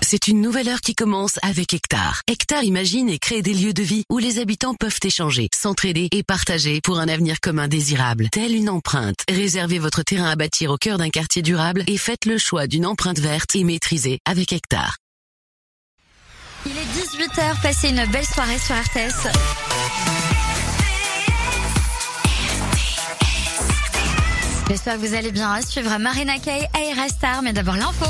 C'est une nouvelle heure qui commence avec Hectare. Hectare imagine et crée des lieux de vie où les habitants peuvent échanger, s'entraider et partager pour un avenir commun désirable. Telle une empreinte. Réservez votre terrain à bâtir au cœur d'un quartier durable et faites le choix d'une empreinte verte et maîtrisée avec Hectare. Il est 18h, passez une belle soirée sur RTS. J'espère que vous allez bien. À suivre Marina Kaye, Ayra Starr, mais d'abord l'info.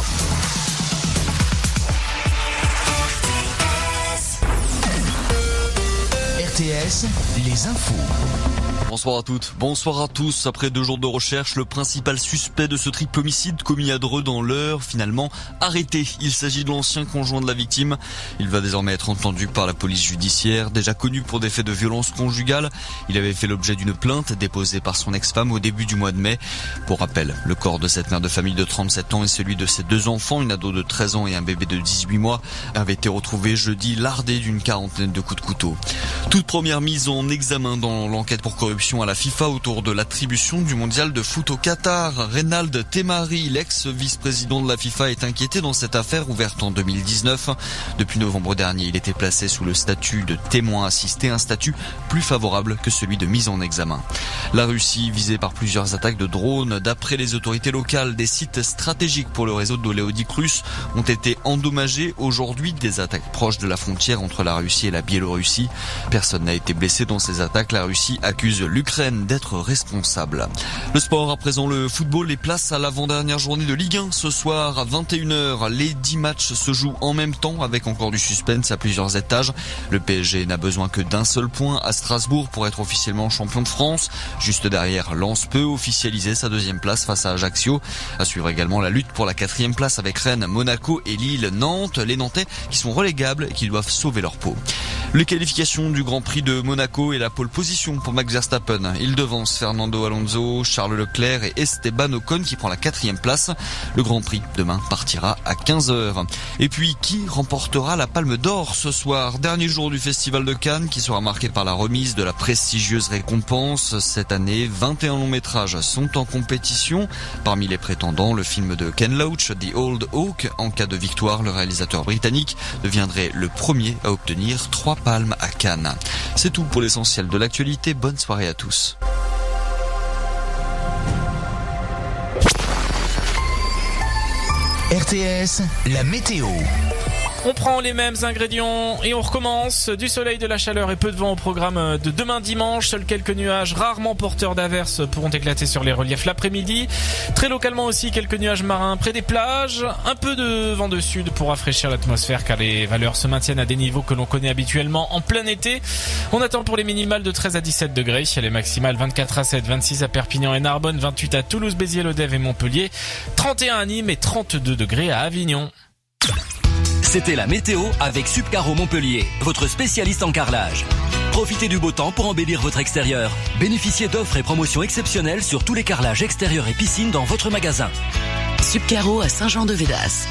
RTS, les infos. Bonsoir à toutes, bonsoir à tous. Après 2 jours de recherche, le principal suspect de ce triple homicide commis à Dreux dans l'Eure, finalement arrêté. Il s'agit de l'ancien conjoint de la victime. Il va désormais être entendu par la police judiciaire. Déjà connu pour des faits de violence conjugale, il avait fait l'objet d'une plainte déposée par son ex-femme au début du mois de mai. Pour rappel, le corps de cette mère de famille de 37 ans et celui de ses 2 enfants, une ado de 13 ans et un bébé de 18 mois, avaient été retrouvés jeudi lardés d'une 40aine de coups de couteau. Toute première mise en examen dans l'enquête pour corruption à la FIFA autour de l'attribution du mondial de foot au Qatar. Reynald Temari, l'ex-vice-président de la FIFA, est inquiété dans cette affaire ouverte en 2019. Depuis novembre dernier, il était placé sous le statut de témoin assisté, un statut plus favorable que celui de mise en examen. La Russie, visée par plusieurs attaques de drones. D'après les autorités locales, des sites stratégiques pour le réseau de l'oléoduc russe ont été endommagés aujourd'hui. Des attaques proches de la frontière entre la Russie et la Biélorussie. Personne n'a été blessé dans ces attaques. La Russie accuse l'Ukraine d'être responsable. Le sport, à présent le football, les places à l'avant-dernière journée de Ligue 1 ce soir à 21h. Les 10 matchs se jouent en même temps avec encore du suspense à plusieurs étages. Le PSG n'a besoin que d'un seul point à Strasbourg pour être officiellement champion de France. Juste derrière, Lens peut officialiser sa 2e place face à Ajaccio. À suivre également la lutte pour la 4e place avec Rennes, Monaco et Lille, Nantes. Les Nantais qui sont relégables et qui doivent sauver leur peau. Les qualifications du Grand Prix de Monaco et la pole position pour Max Verstappen. Il devance Fernando Alonso, Charles Leclerc et Esteban Ocon qui prend la 4e place. Le Grand Prix demain partira à 15h. Et puis, qui remportera la Palme d'Or ce soir? Dernier jour du Festival de Cannes qui sera marqué par la remise de la prestigieuse récompense. Cette année, 21 longs métrages sont en compétition. Parmi les prétendants, le film de Ken Loach, The Old Oak. En cas de victoire, le réalisateur britannique deviendrait le premier à obtenir 3 palmes à Cannes. C'est tout pour l'essentiel de l'actualité. Bonne soirée à tous. RTS, la météo. On prend les mêmes ingrédients et on recommence. Du soleil, de la chaleur et peu de vent au programme de demain dimanche. Seuls quelques nuages rarement porteurs d'averses pourront éclater sur les reliefs l'après-midi. Très localement aussi quelques nuages marins près des plages. Un peu de vent de sud pour rafraîchir l'atmosphère car les valeurs se maintiennent à des niveaux que l'on connaît habituellement en plein été. On attend pour les minimales de 13 à 17 degrés. Les maximales 24 à 7, 26 à Perpignan et Narbonne, 28 à Toulouse, Béziers, Lodève et Montpellier, 31 à Nîmes et 32 degrés à Avignon. C'était la météo avec Subcaro Montpellier, votre spécialiste en carrelage. Profitez du beau temps pour embellir votre extérieur. Bénéficiez d'offres et promotions exceptionnelles sur tous les carrelages extérieurs et piscines dans votre magasin. Subcaro à Saint-Jean-de-Védas.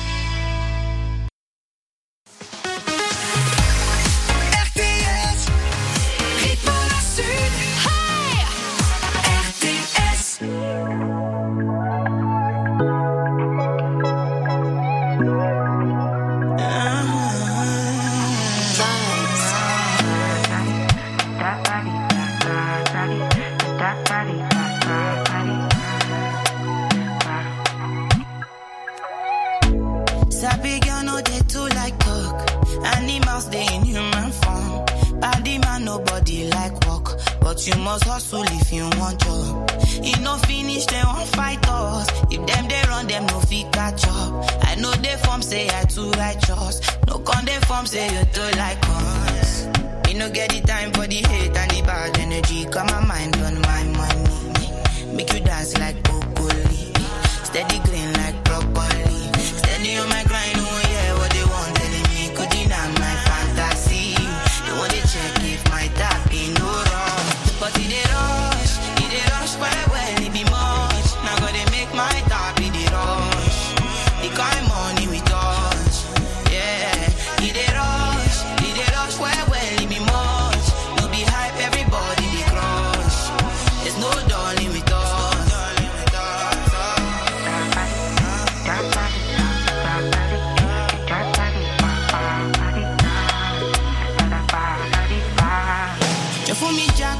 You must hustle if you want job. You no finish, they won't fight us. If them they run, them no fit catch up. I know they form say I too righteous. No con they form say you too like us. Me no get the time for the hate and the bad energy. Got my mind on my money. Make you dance like broccoli. Steady green like broccoli. Steady on my grind, oh yeah, what they want telling me. Could deny my fantasy. They want to check if my tap ain't no wrong. But it dey rush, well, it be much. Now gotta make my top, it dey rush. The kind money we touch, yeah. It dey rush, well, it be much. No be hype, everybody dey crush.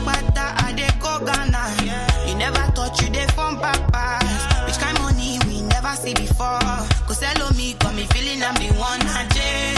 butter, I dey go Ghana. You never thought you dey from papas. Which kind money we never see before. Cause hello me, got me feeling I'm the one. Ajay,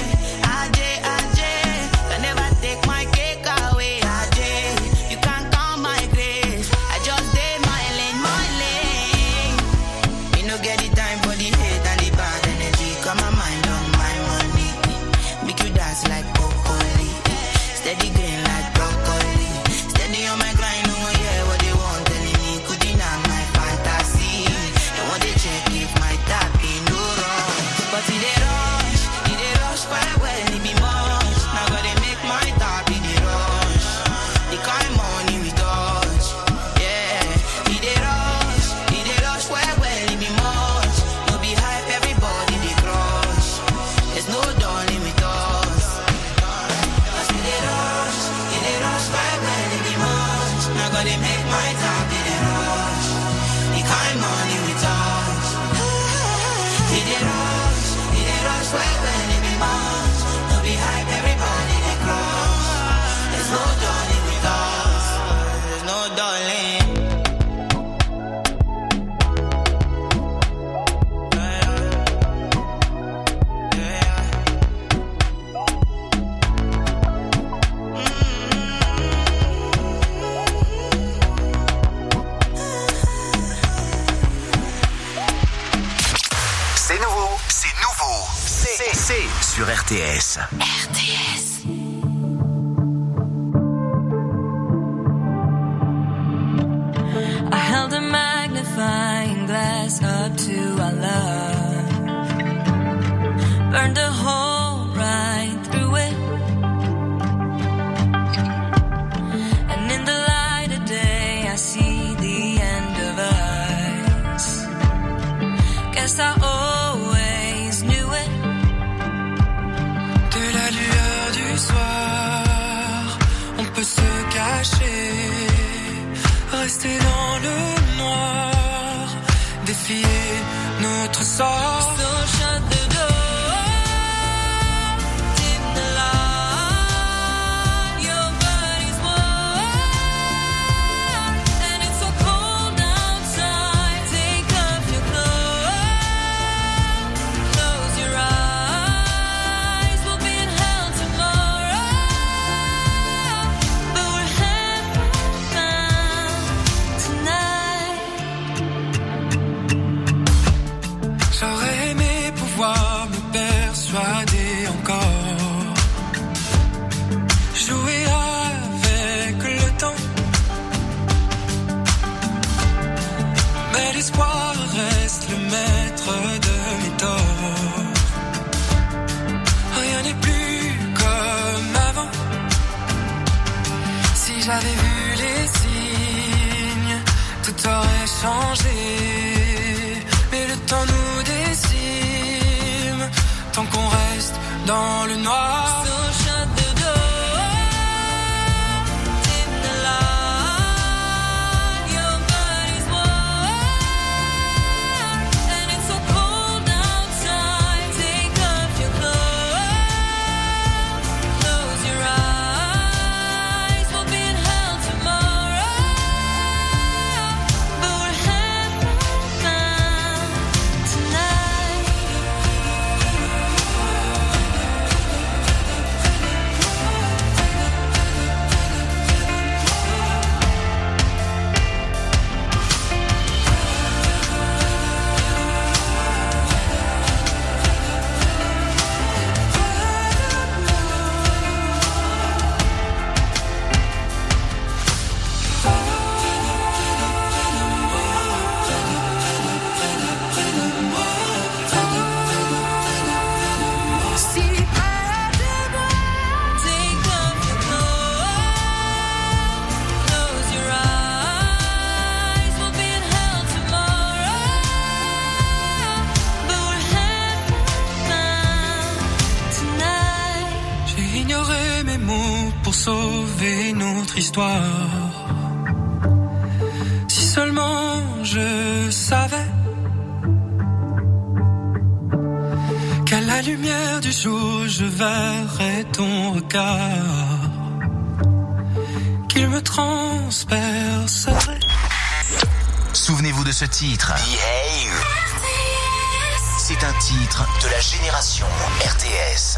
can never take my cake away. Ajay, you can't count my grace. I just did my lane. Me no get the time for the hate and the bad energy. Got my mind on my money. Make you dance like broccoli. Steady green like broccoli. Steady on my grind, no one hear what they want telling me. Could deny my fantasy. They want to check if my tap ain't no wrong. But it dey rush well, it be much. Now gotta make my tap in the rush. The kind money we touch, yeah. It dey rush well, it be much. No be hype, everybody they crush. There's no darling with us. Cause it dey rush well, it be much. Now gotta make my tap in the rush. The kind money we touch. It dey rush well, it be much. No be hype, everybody they crush. There's no darling with us. There's no darling. C'est nouveau. C'est sur RTS. RTS. I held a magnifying glass up to our love. Burned a hole right through it. And in the light of day, I see the end of us. Guess I always knew it. De la lueur du soir, on peut se cacher, rester dans le noir, défier notre sort. So shut the door, dim the light. Your body's warm, and it's so cold outside. Take off your clothes, close your eyes. We'll be in hell tomorrow, but we're heaven tonight. J'aurais aimé pouvoir me persuader encore, jouer avec le temps, mais l'espoir reste le maître de mes torts. Rien n'est plus comme avant. Si j'avais vu les signes, tout aurait changé. Mais le temps nous décime, tant qu'on reste dans le noir. So shut the door, dim the light. Your body's warm, and it's so cold outside. Take off your clothes, close your eyes. We'll be in hell tomorrow, but we're heaven tonight. Take off your clothes, close your eyes. We'll be in hell tomorrow, but we're heaven tonight. J'ai ignoré mes mots pour sauver notre histoire. Si seulement je savais qu'à la lumière du jour je verrais ton regard, qu'il me transpercerais. Souvenez-vous de ce titre. Behave. C'est un titre de la génération RTS.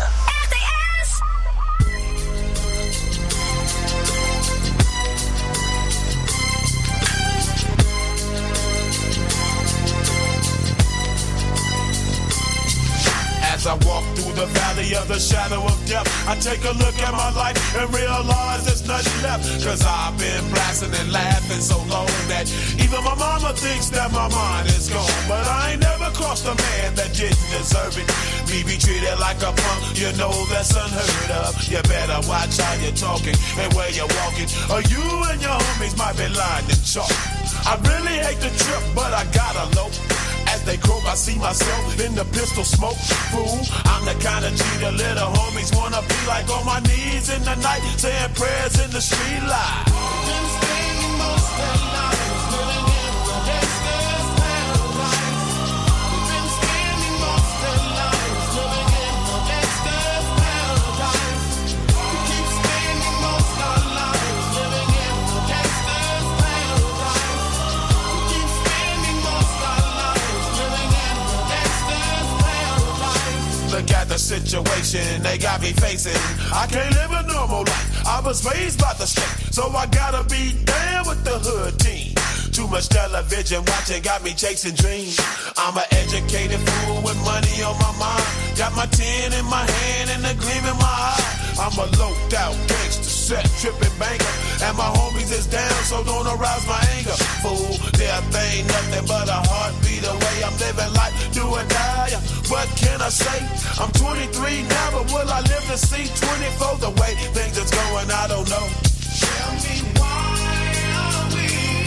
As I walk through the valley of the shadow of death, I take a look at my life and realize there's nothing left. Cause I've been blasting and laughing so long that even my mama thinks that my mind is gone. But I ain't never crossed a man that didn't deserve it. Me be treated like a punk, you know that's unheard of. You better watch how you're talking and where you're walking, or you and your homies might be lying in chalk. I really hate the trip, but I gotta low. As they croak, I see myself in the pistol smoke. Fool, I'm the kind of G the little homies wanna be like, on my knees in the night, saying prayers in the street light. Been spending most of their lives living in the gangster's paradise. We've been spending most of their lives living in the gangster's paradise. We keep spending most of our lives living in the gangster's paradise. We keep spending most of our lives living in the gangster's paradise. Look at the situation they got me facing. I can't live a normal life. I was raised by the state, so I gotta be down with the hood team. Too much television watching got me chasing dreams. I'm an educated fool with money on my mind. Got my tin in my hand and a gleam in my eye. I'm a loped out gangster, set tripping banker, and my homies is down, so don't arouse my anger. Fool, death ain't nothing but a heartbeat away. I'm living life, do or die. What can I say? I'm 23 now, but will I live to see 24? The way things is going, I don't know. Tell me why are we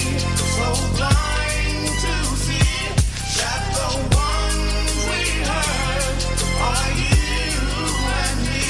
so blind to see that the ones we hurt are you and me?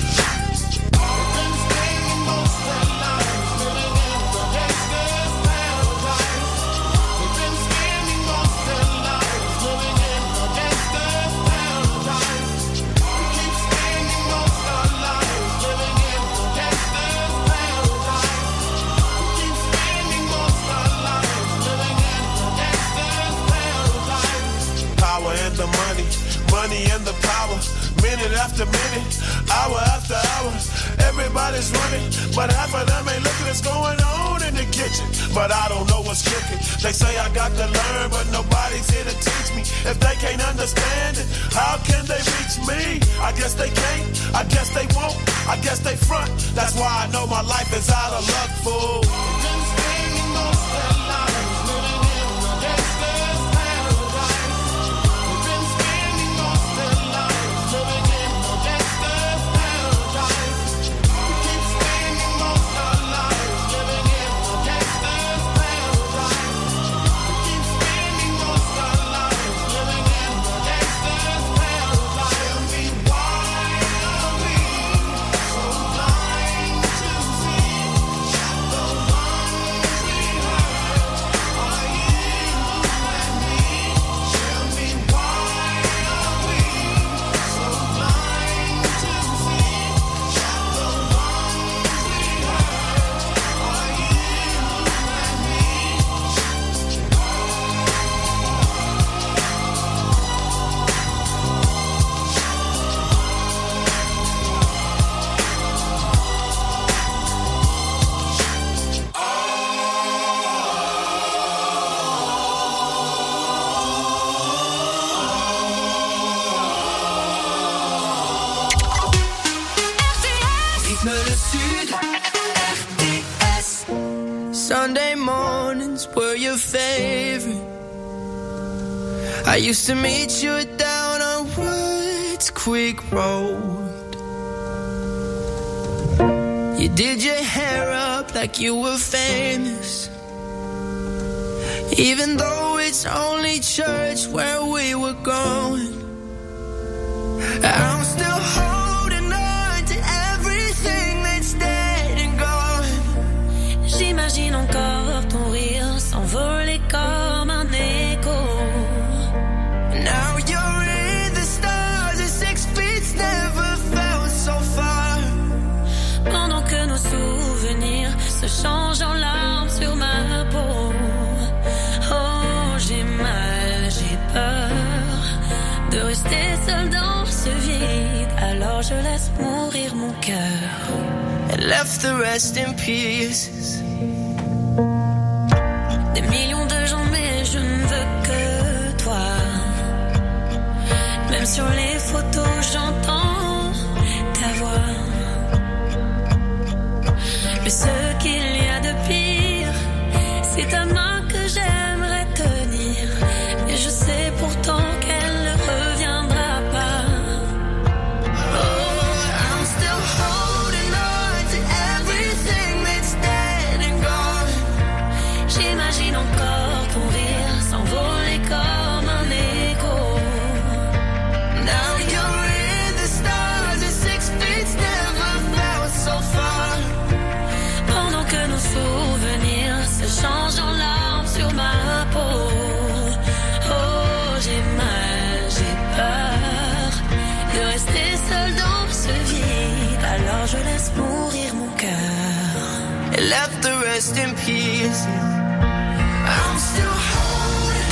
We've been spending most of our lives living in the gangster's paradise. We've been spending most of our lives living in the gangster's paradise. We keep spending most of our lives living in the gangster's paradise. We keep spending most of our lives living in the gangster's paradise. Power and the money, money and the power. Minute after minute, hour after hour, everybody's running, but half of them ain't looking what's going on in the kitchen. But I don't know what's cooking. They say I got to learn, but nobody's here to teach me. If they can't understand it, how can they reach me? I guess they can't, I guess they won't, I guess they front. That's why I know my life is out of luck, fool. We've been spending most of our lives living in the gangster's paradise. We've been spending most of our lives living in the gangster's paradise. We keep spending most of our lives living in the gangster's paradise. We keep spending most of our lives living in the gangster's paradise. Tell me why are we so blind to see that the ones we hurt are you and me? Tell me why are we so blind to see that the ones we hurt are you and me? Rythme le Sud, RTS. Sunday mornings were your favorite. I used to meet you down on Woods Creek Road. You did your hair up like you were famous, even though it's only church where we were going. I'm still holding on to everything that's dead and gone. J'imagine encore ton rire s'envoler comme un écho. Now you're in the stars and 6 feet never felt so far. Pendant que nos souvenirs se changent mon cœur. and left the rest in pieces. Des millions de gens, mais je ne veux que toi. Même sur les photos, j'entends ta voix. Mais ce qu'il y a de pire, c'est ta main que j'aimerais tenir. Et je sais pourtant qu'elle ne reviendra pas. Oh, I'm still holding on to everything that's dead and gone. J'imagine encore ton rire s'envoler comme un écho. Now you're in the stars and 6 feet never felt so far. Pendant que nos souvenirs se changent en larmes sur ma peau. Oh, j'ai mal, j'ai peur de rester seule dans ce vide. Alors je laisse mourir mon cœur. And left the rest in pieces. I'm still holding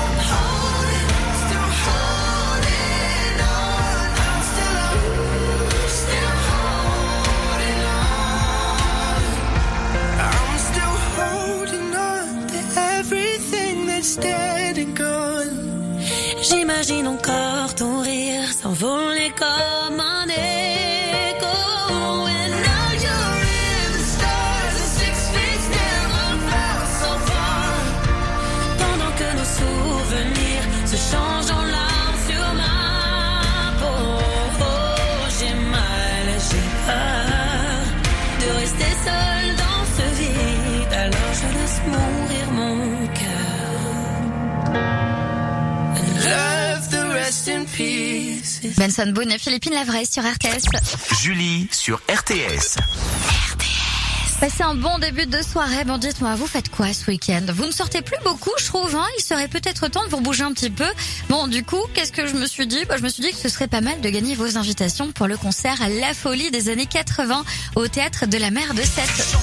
still holding on. I'm still holding on. I'm still holding on to everything that's dead and gone. J'imagine encore ton rire s'envoler comme un écho. And now you're in the stars and 6 feet never felt so far. Pendant que nos souvenirs se changent en larmes sur ma peau. Oh, j'ai mal, j'ai peur de rester seule dans ce vide. Alors je laisse mourir mon cœur. Left the rest in pieces. Benson Boone et Philippine Lavray sur RTS. Julie sur RTS. Passez un bon début de soirée. Bon, dites-moi, vous faites quoi ce week-end? Vous ne sortez plus beaucoup, je trouve, hein. Il serait peut-être temps de vous bouger un petit peu. Bon, du coup, qu'est-ce que je me suis dit? Je me suis dit que ce serait pas mal de gagner vos invitations pour le concert à La Folie des années 80 au Théâtre de la Mer de Sète.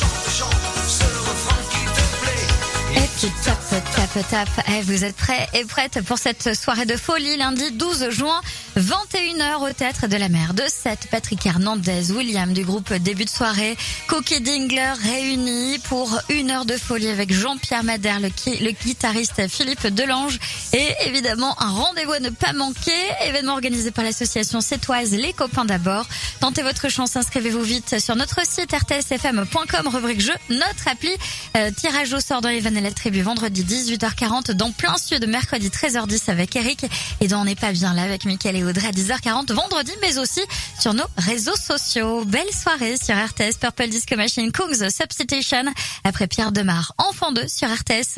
Et puis tape. Vous êtes prêts et prêtes pour cette soirée de folie lundi 12 juin, 21h au Théâtre de la Mer de Sète. Patrick Hernandez, William du groupe Début de soirée, Cookie Dingler réunis pour une heure de folie avec Jean-Pierre Madère, le guitariste Philippe Delange et évidemment un rendez-vous à ne pas manquer. Événement organisé par l'association sétoise Les Copains d'abord. Tentez votre chance, inscrivez-vous vite sur notre site rtsfm.com, rubrique jeu, notre appli. Tirage au sort dans les vannes et la tribu vendredi 18h40 dans plein sud, mercredi 13h10 avec Eric et dans On n'est pas bien là avec Mickaël et Audrey à 10h40 vendredi, mais aussi sur nos réseaux sociaux. Belle soirée sur RTS, Purple Disco Machine, Kungs, Substitution, après Pierre Demar, Enfant 2 sur RTS.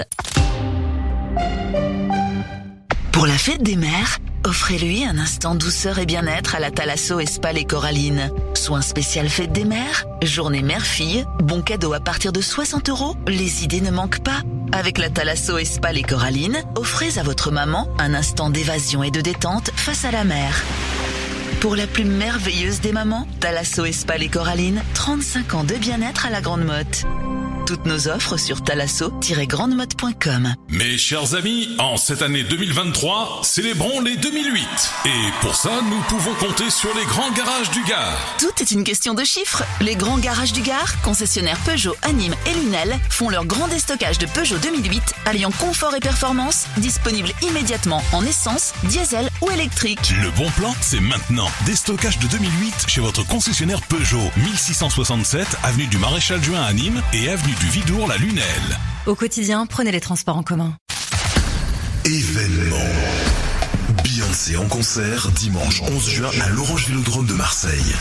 Pour la fête des mères, offrez-lui un instant douceur et bien-être à la Thalasso et Spa Les Corallines. Soins spécial fête des mères, journée mère-fille, bon cadeau à partir de 60 €, les idées ne manquent pas. Avec la Thalasso et Spa Les Corallines, offrez à votre maman un instant d'évasion et de détente face à la mer. Pour la plus merveilleuse des mamans, Thalasso et Spa Les Corallines, 35 ans de bien-être à la Grande Motte. Toutes nos offres sur thalasso-grandemotte.com. Mes chers amis, en cette année 2023, célébrons les 2008. Et pour ça, nous pouvons compter sur les grands garages du Gard. Tout est une question de chiffres. Les grands garages du Gard, concessionnaires Peugeot, Anime et Lunel, font leur grand déstockage de Peugeot 2008, alliant confort et performance, disponible immédiatement en essence, diesel ou électrique. Le bon plan, c'est maintenant. Déstockage de 2008 chez votre concessionnaire Peugeot, 1667, avenue du Maréchal Juin à Nîmes et avenue du Vidour la Lunel. Au quotidien, prenez les transports en commun. Événement. Beyoncé en concert dimanche 11 juin à l'Orange Vélodrome de Marseille.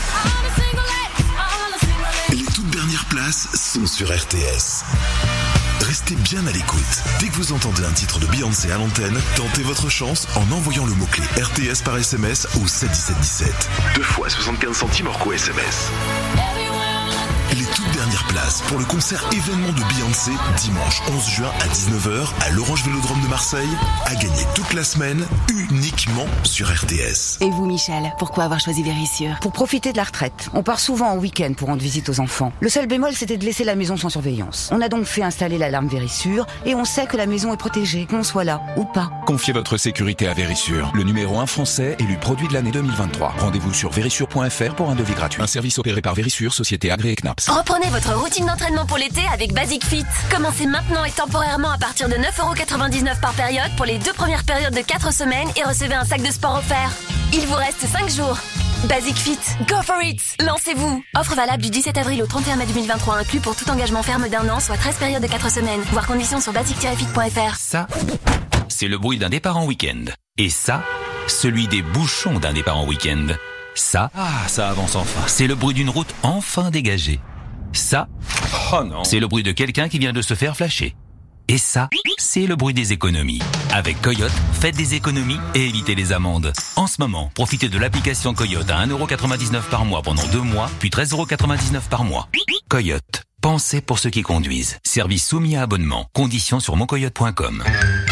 Les toutes dernières places sont sur RTS. Restez bien à l'écoute. Dès que vous entendez un titre de Beyoncé à l'antenne, tentez votre chance en envoyant le mot-clé RTS par SMS au 71717. 2 fois 75 centimes hors coût SMS. Les toutes dernières dernières places pour le concert événement de Beyoncé, dimanche 11 juin à 19h à l'Orange Vélodrome de Marseille, à gagner toute la semaine, uniquement sur RTS. Et vous, Michel, pourquoi avoir choisi Vérissure? Pour profiter de la retraite. On part souvent en week-end pour rendre visite aux enfants. Le seul bémol, c'était de laisser la maison sans surveillance. On a donc fait installer l'alarme Vérissure et on sait que la maison est protégée, qu'on soit là ou pas. Confiez votre sécurité à Vérissure, le numéro 1 français élu produit de l'année 2023. Rendez-vous sur vérissure.fr pour un devis gratuit. Un service opéré par Vérissure, société agréée CNAPS. Reprenez votre routine d'entraînement pour l'été avec Basic Fit. Commencez maintenant et temporairement à partir de 9,99€ par période pour les 2 premières périodes de 4 semaines et recevez un sac de sport offert. Il vous reste 5 jours. Basic Fit, go for it! Lancez-vous! Offre valable du 17 avril au 31 mai 2023 inclus pour tout engagement ferme d'1 an, soit 13 périodes de 4 semaines. Voir conditions sur basic-fit.fr. Ça, c'est le bruit d'un départ en week-end. Et ça, celui des bouchons d'un départ en week-end. Ça, ça avance enfin. C'est le bruit d'une route enfin dégagée. Ça, c'est le bruit de quelqu'un qui vient de se faire flasher. Et ça, c'est le bruit des économies. Avec Coyote, faites des économies et évitez les amendes. En ce moment, profitez de l'application Coyote à 1,99€ par mois pendant 2 mois, puis 13,99€ par mois. Coyote, pensez pour ceux qui conduisent. Service soumis à abonnement. Conditions sur moncoyote.com.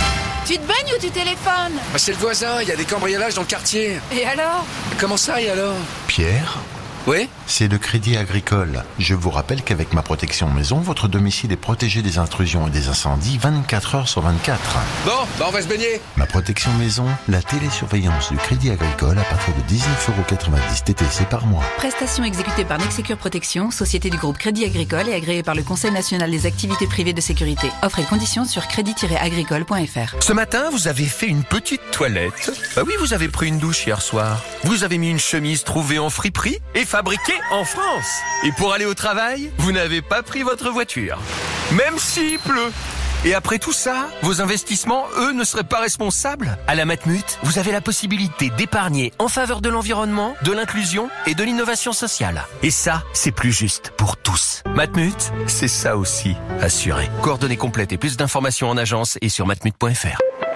Tu te baignes ou tu téléphones? C'est le voisin, il y a des cambriolages dans le quartier. Et alors? Comment ça, et alors? Pierre? Oui? C'est le Crédit Agricole. Je vous rappelle qu'avec ma protection maison, votre domicile est protégé des intrusions et des incendies 24 heures sur 24. Bon, on va se baigner. Ma protection maison, la télésurveillance du Crédit Agricole à partir de 19,90€ TTC par mois. Prestation exécutée par Nexecure Protection, société du groupe Crédit Agricole et agréée par le Conseil national des activités privées de sécurité. Offre et conditions sur crédit-agricole.fr. Ce matin, vous avez fait une petite toilette. Bah oui, vous avez pris une douche hier soir. Vous avez mis une chemise trouvée en friperie et fabriquée en France. Et pour aller au travail, vous n'avez pas pris votre voiture. Même s'il pleut. Et après tout ça, vos investissements, eux, ne seraient pas responsables. À la Matmut, vous avez la possibilité d'épargner en faveur de l'environnement, de l'inclusion et de l'innovation sociale. Et ça, c'est plus juste pour tous. Matmut, c'est ça aussi, assuré. Coordonnées complètes et plus d'informations en agence et sur matmut.fr.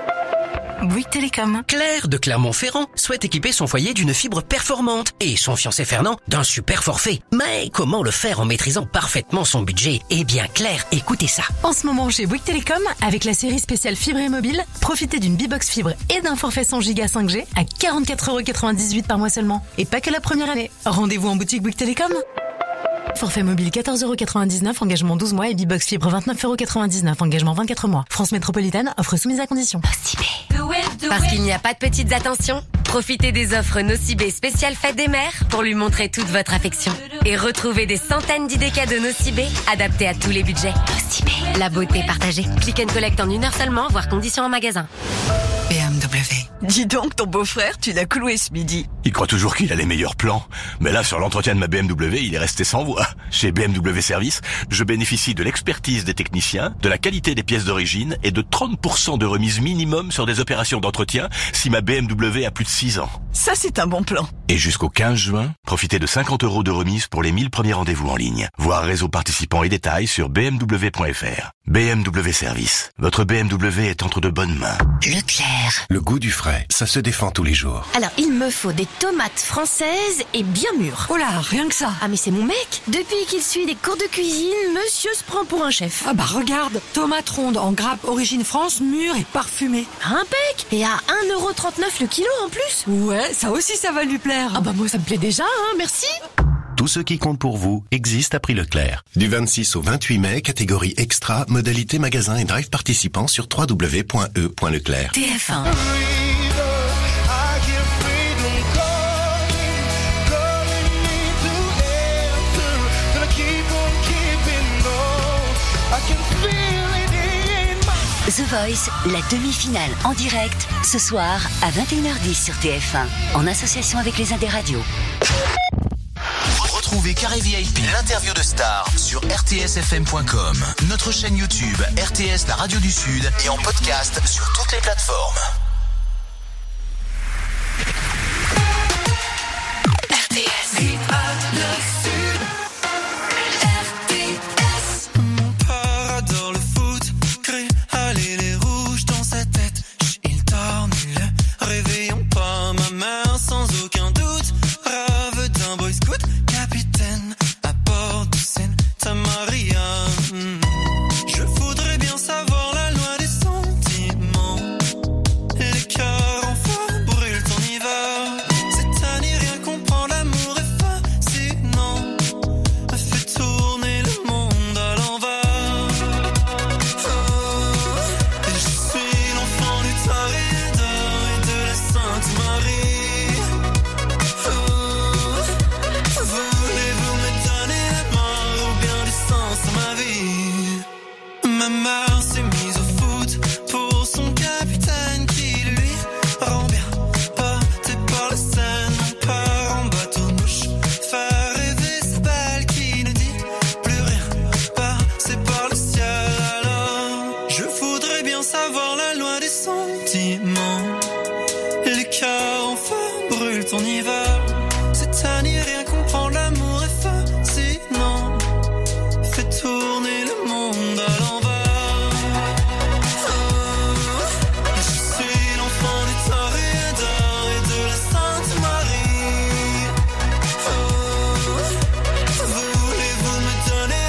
Bouygues Télécom. Claire de Clermont-Ferrand souhaite équiper son foyer d'une fibre performante et son fiancé Fernand d'un super forfait. Mais comment le faire en maîtrisant parfaitement son budget? Eh bien Claire, écoutez ça. En ce moment chez Bouygues Télécom, avec la série spéciale fibre et mobile, profitez d'une B-Box fibre et d'un forfait 100 Go 5G à 44,98€ par mois seulement. Et pas que la première année. Rendez-vous en boutique Bouygues Télécom. Forfait mobile 14,99€, engagement 12 mois et B-Box fibre 29,99€, engagement 24 mois. France métropolitaine, offre soumise à condition. Parce qu'il n'y a pas de petites attentions, profitez des offres Nocibé spéciales Fête des Mères pour lui montrer toute votre affection. Et retrouvez des centaines d'idées cadeaux Nocibé adaptés à tous les budgets. Nocibé, la beauté partagée. Click and collect en 1 heure seulement, voire conditions en magasin. BMW. Dis donc, ton beau-frère, tu l'as cloué ce midi. Il croit toujours qu'il a les meilleurs plans. Mais là, sur l'entretien de ma BMW, il est resté sans voix. Chez BMW Service, je bénéficie de l'expertise des techniciens, de la qualité des pièces d'origine et de 30% de remise minimum sur des opérations d'entretien si ma BMW a plus de 6 ans. Ça, c'est un bon plan. Et jusqu'au 15 juin, profitez de 50€ de remise pour les 1000 premiers rendez-vous en ligne. Voir réseau participants et détails sur bmw.fr. BMW Service. Votre BMW est entre de bonnes mains. Leclerc. Le goût du frais, ça se défend tous les jours. Alors, il me faut des tomates françaises et bien mûres. Oh là, rien que ça. Ah mais c'est mon mec. Depuis qu'il suit des cours de cuisine, monsieur se prend pour un chef. Ah bah regarde, tomates rondes en grappe origine France, mûres et parfumées. Impec. Et à 1,39€ le kilo en plus. Ouais, ça aussi ça va lui plaire. Ah bah moi ça me plaît déjà, hein, merci. Tout ce qui compte pour vous existe à prix Leclerc. Du 26 au 28 mai, catégorie extra, modalité magasin et drive participant sur www.e.leclerc. TF1. The Voice, la demi-finale en direct, ce soir à 21h10 sur TF1, en association avec les Indes Radios. Retrouvez Carré VIP, l'interview de star sur rtsfm.com, notre chaîne YouTube RTS, la radio du Sud et en podcast sur toutes les plateformes. RTS, le Sud. RTS. Mon père adore le foot, crée aller les rouges dans sa tête. Il torne le réveillon pas ma mère sans aucun doute. Rêve d'un boy scout, capitaine à bord de Seine. Ta main part s'est mise au foot pour son capitaine qui lui rend bien. Porté par la Seine, on part en bateau mouche, faire rêver ces balles qui ne dit plus rien. Passer par le ciel, alors je voudrais bien savoir la loi des sentiments. Le cœur en feu brûle ton hiver. C'est à n'y rien comprendre, l'amour est fascinant. Fait tourner le monde à l'envers. Oh, je suis l'enfant du Toréador et de la Sainte Marie. Oh, voulez-vous me donner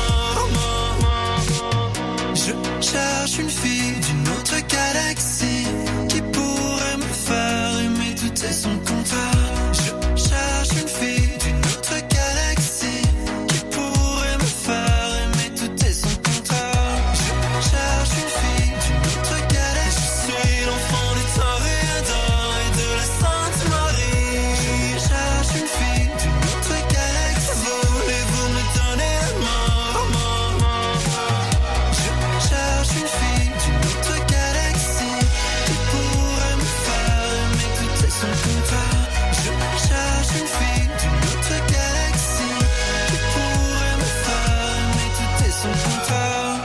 la mort? Je cherche une fille d'une autre galaxie qui pourrait me faire aimer tout et son contraire. Je cherche une fille d'une autre galaxie qui pourrait me faire aimer tout et son contraire. Je cherche une fille d'une autre galaxie. Je suis l'enfant du Toréador et de la Sainte Marie. Je cherche une fille d'une autre galaxie. Voulez-vous me donner la mort? Je cherche une fille d'une autre galaxie qui pourrait me faire aimer tout et son contraire. Je cherche une fille d'une autre galaxie qui pourrait me faire aimer tout et son contraire.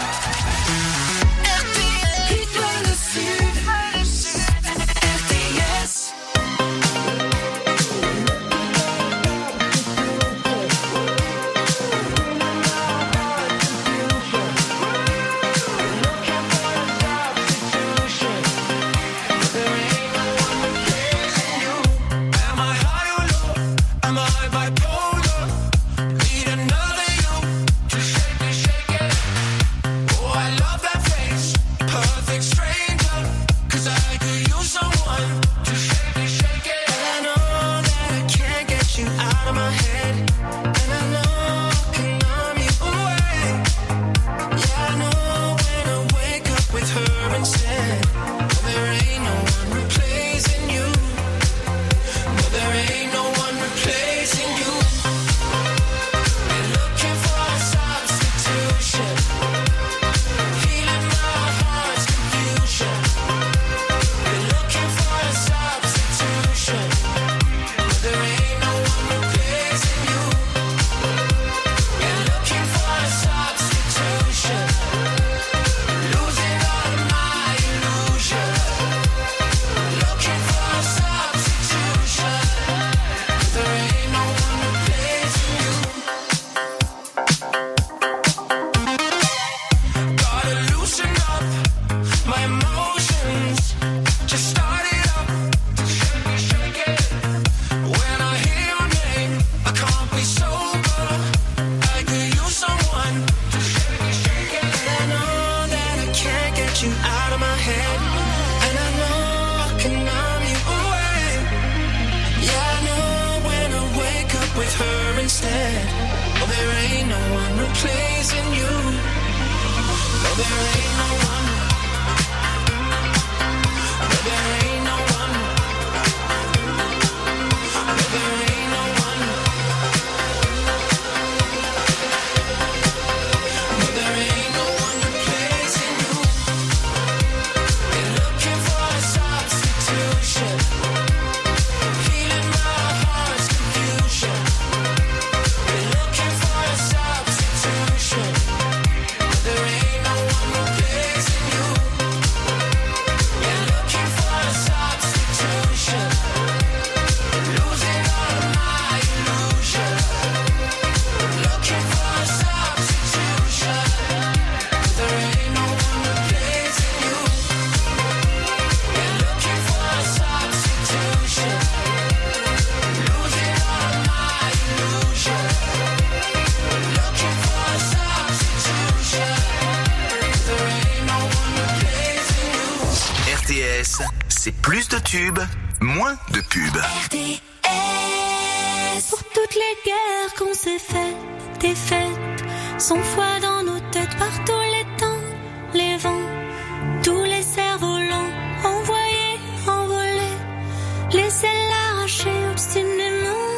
RTS, rythme le sud. RTS. Am I high or low? Am I bipolar? Need another you to shake it. Oh, I love that face, perfect stranger. 'Cause I could use someone to shake it. And I know that I can't get you out of my head. And I know I can numb you away. Yeah, I know when I wake up with her instead. Well, there ain't no one replacing you. No, there ain't no one replacing you. Been looking for a substitution, healing my heart's confusion. Been looking for a substitution. No, there ain't no one replacing you. Been looking for a substitution, losing all of my illusion. Looking for a substitution. There ain't no one replacing you. Gotta loosen up my emotions. Just start it up, shake it. When I hear your name, I can't be sober. I could use someone to shake it. And I know that I can't get you out of my head. And I know I can numb you away. Yeah, I know when I wake up with her instead. Oh, there ain't no one replacing you. No, there ain't no one. No, there ain't no one. No, there ain't no one. No, there ain't no one replacing you. Been looking for a substitution, healing my heart's confusion. Been looking for a substitution. There ain't no one replacing you. Been looking for a substitution, losing all of my illusion. Looking for a substitution. There ain't no one replacing you. Been looking for a substitution, losing all of my illusion. Looking for a substitution. There ain't no one replacing you. RTS, c'est plus de tubes, moins de pubs. Pour toutes les guerres qu'on s'est faites, des fêtes, sans foi dans nos têtes par tous les temps, les vents, tous les cerfs-volants, envoyés, envolés, les ailes arrachées obstinément.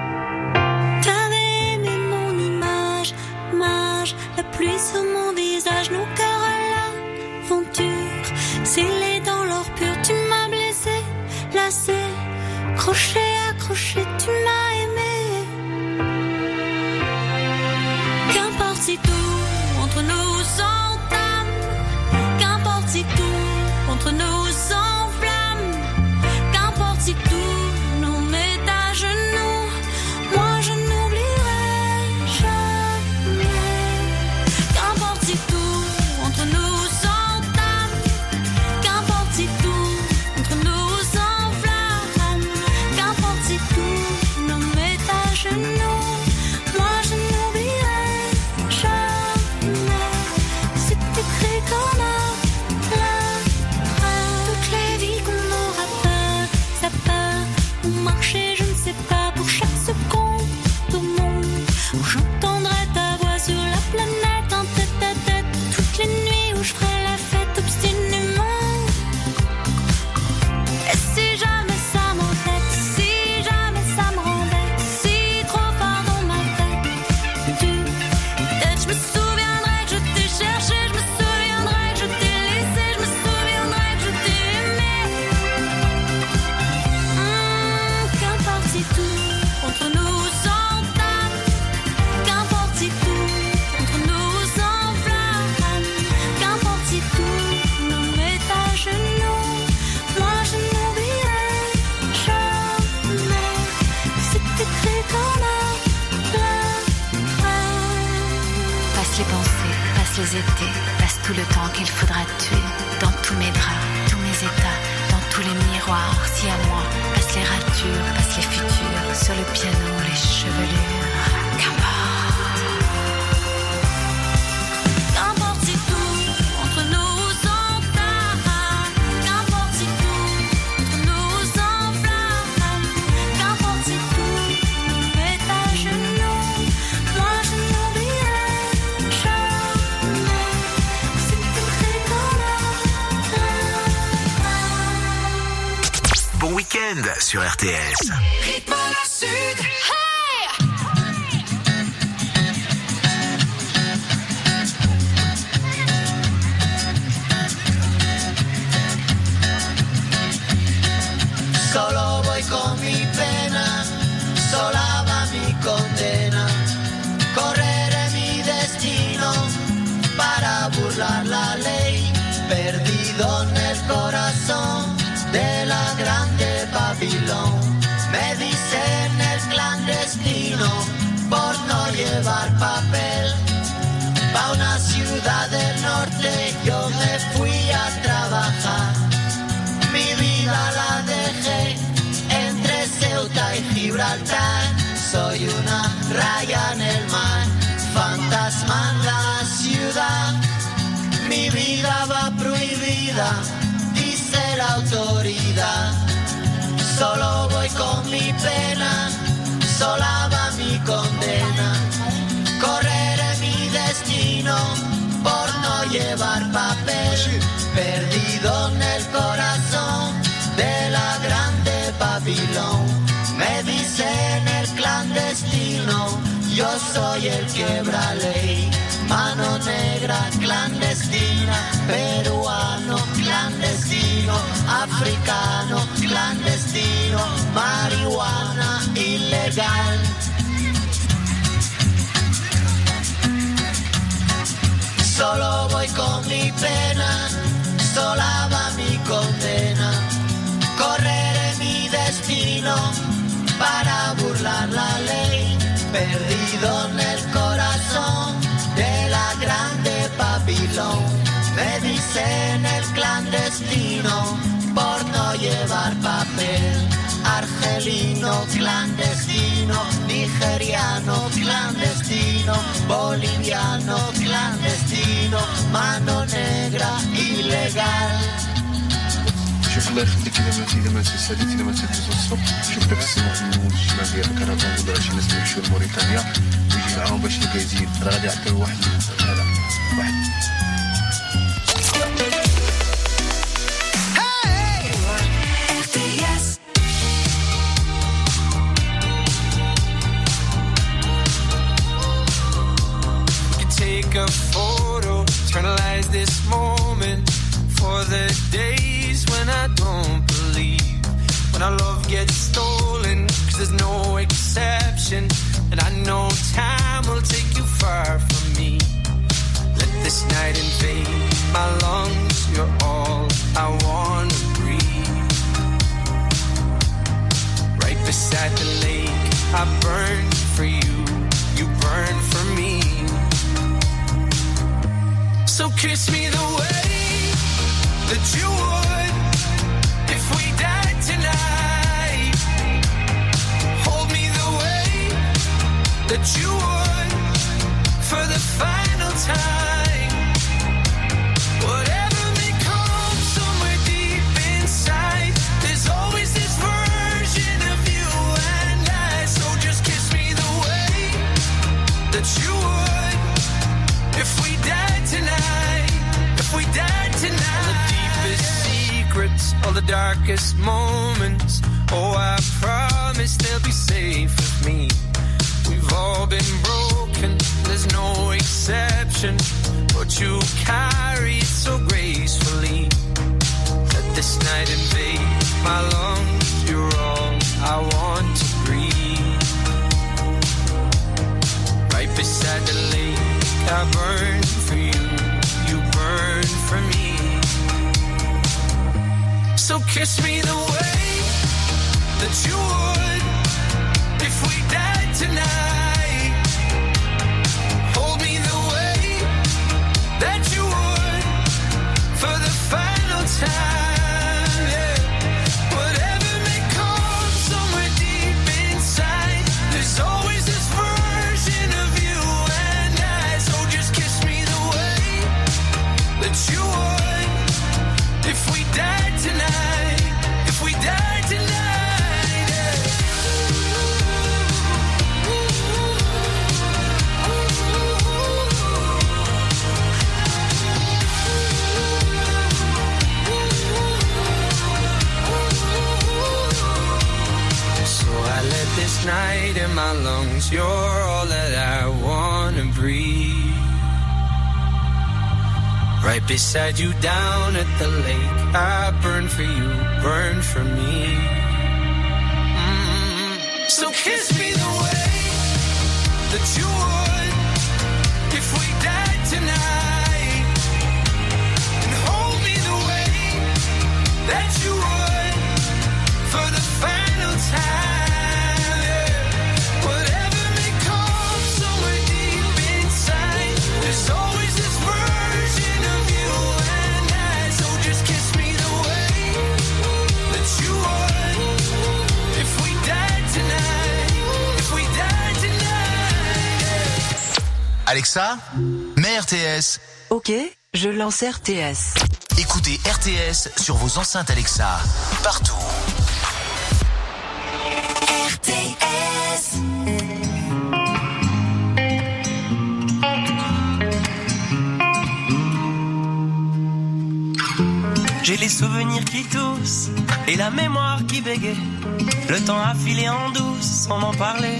T'avais aimé mon image, mage, la pluie sur mon visage. engage nos cœurs à l'aventure. Scellés dans l'or pur, tu m'as blessé, lassé, crochet, accroché, tu m'as aimé. Qu'importe si tout entre nous s'entame, qu'importe si tout entre nous s'enflamme, qu'importe si tout nous met à genoux, moi je n'oublierai jamais. Qu'importe si tout entre nous s'entame, qu'importe si tout entre nous s'enflamme, qu'importe si tout nous met à genoux, moi je n'oublierai jamais. C'est écrit comme un plein. Toutes les vies qu'on aura peur, ça part ou marcher, je ne sais pas, pour chaque seconde au monde où j'entendrai ta voix sur la planète en tête à tête. Toutes les nuits où je ferai la fête obstinément. Et si jamais ça m'embête, si jamais ça me rendait si trop fort dans ma tête, peut-être je me souviendrai que je t'ai cherché, je me souviendrai que je t'ai laissé, je me souviendrai que je t'ai aimé. Qu'importe si tout entre nous s'entame, qu'importe si tout entre nous s'enflamme, qu'importe si tout nous met à genoux, moi je n'oublierai jamais. C'est écrit comme un plein. Passe les pensées, passe les étés, passe tout le temps qu'il faudra tuer. Dans tous mes draps, tous mes états, dans tous les miroirs, si à moi. Passe les ratures, passe les futurs, sur le piano, les chevelures. Qu'importe si tout entre nous s'entame, qu'importe si tout entre nous s'enflamme, qu'importe si tout nous met à genoux, moi je n'oublierai jamais. C'est écrit comme un plein. Bon week-end sur RTS. Rythme Sud. Solo voy con mi pena, sola va mi condena. Correré mi destino para burlar la ley, perdido en el corazón de la grande Babilón. Me dicen el clandestino por no llevar papel. Pa' una ciudad del norte yo me fui a trabajar. Mi vida la dejé entre Ceuta y Gibraltar. Soy una raya en el mar, fantasma en la ciudad. Mi vida va prohibida, dice la autoridad. Solo voy con mi pena, sola va mi condena. Correré mi destino por no llevar papel, perdido en el corazón de la grande Babilón. Me dicen el clandestino, yo soy el quebra ley. Mano negra clandestina, peruano clandestino, africano clandestino, marihuana ilegal. Solo voy con mi pena, sola va mi condena. Correré mi destino para burlar la ley, perdido en el corazón de la grande Babilón. Me dicen el clandestino por no llevar papel. Argelino clandestino, nigeriano clandestino, boliviano clandestino, mano negra ilegal. شوف الله يخليك اذا ما تساليتي اذا ما تدوز الصبح شوف داك السماح من الشمال ديال الكرفان ولا شي ناس يمشيو لموريتانيا ويجي معاهم باش يزيد راه غادي يعطيو واحد هذا واحد Take a photo, turn a invade my lungs. You're all I wanna breathe. Right beside the lake, I burn for you, you burn for me. So kiss me the way that you would if we died tonight. Hold me the way that you would for the final time. Whatever may come somewhere deep inside, there's always this version of you and I. So just kiss me the way that you would if we died tonight. If we died tonight. All the deepest secrets, all the darkest moments, oh, I promise they'll be safe with me. We've all been broken, there's no exception, but you carry it so gracefully. Let this night invade my lungs, you're all I want to breathe. Right beside the lake, I burn for you, you burn for me. So kiss me the way that you would if we died tonight. Hold me the way that you would for the final time. Yeah. Whatever may come somewhere deep inside, there's always this version of you and I. So just kiss me the way that you would if we died tonight. If we died tonight. This night in my lungs, you're all that I wanna breathe. Right beside you down at the lake, I burn for you, burn for me. So kiss me the way that you would if we died tonight. And hold me the way that you would for the final time. There's always this version of you and I. So just kiss me the way that you would if we died tonight. If we died tonight. Alexa, mets RTS. Ok, je lance RTS. Écoutez RTS sur vos enceintes Alexa, partout. RTS. J'ai les souvenirs qui toussent et la mémoire qui bégaye. Le temps a filé en douce sans m'en parler.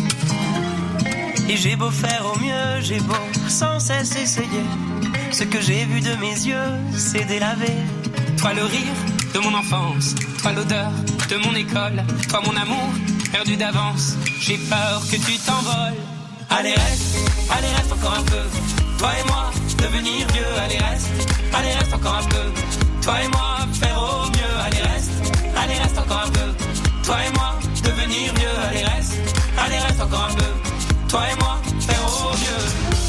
Et j'ai beau faire au mieux, j'ai beau sans cesse essayer. Ce que j'ai vu de mes yeux, c'est délavé. Toi le rire de mon enfance, toi l'odeur de mon école, toi mon amour perdu d'avance. J'ai peur que tu t'envoles. Allez reste encore un peu. Toi et moi, devenir vieux. Allez reste encore un peu. Toi et moi, faire au mieux. Allez reste encore un peu. Toi et moi, devenir vieux. Allez reste encore un peu. Toi et moi, faire au mieux.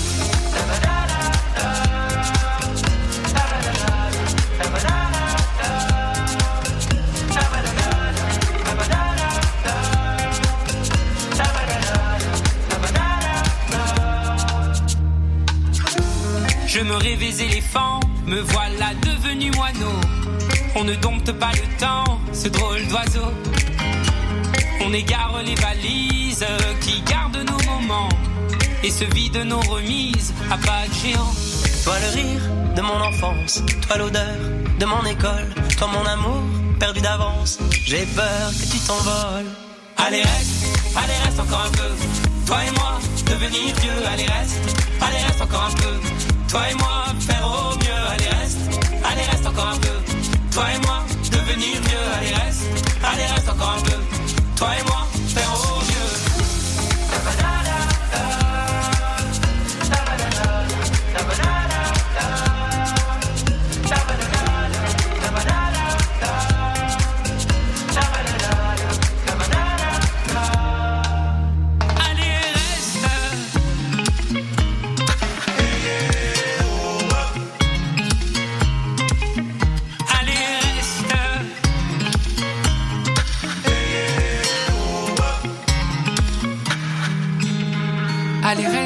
Je me rêvais éléphant, me voilà devenu moineau. On ne dompte pas le temps, ce drôle d'oiseau. On égare les valises qui gardent nos moments et se vident nos remises à pas de géant. Toi le rire de mon enfance, toi l'odeur de mon école, toi mon amour perdu d'avance. J'ai peur que tu t'envoles. Allez reste encore un peu. Toi et moi, devenir vieux. Allez reste encore un peu. Toi et moi, faire au mieux. Allez reste encore un peu. Toi et moi, devenir vieux. Allez reste encore un peu. Toi et moi, faire au mieux.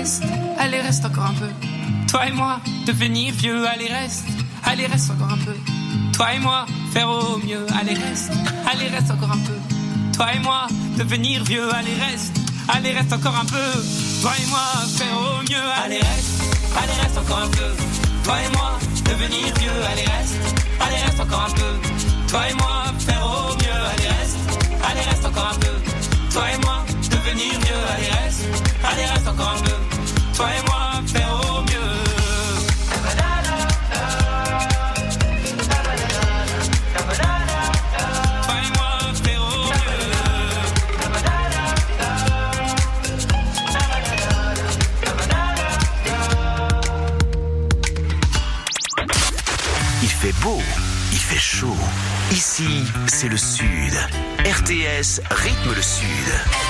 reste encore un peu. Toi et moi, devenir vieux, allez reste encore un peu. Toi et moi, faire au mieux, allez reste encore un peu. Toi et moi, devenir vieux, allez reste encore un peu. Toi et moi, faire au mieux, allez reste encore un peu. Toi et moi, devenir vieux, allez reste encore un peu. Toi et moi, faire au mieux, allez reste encore un peu. Toi et moi, devenir vieux, allez reste encore un peu. Toi et moi, faire au mieux. Il fait beau, il fait chaud. Ici, c'est le Sud. RTS rythme le Sud.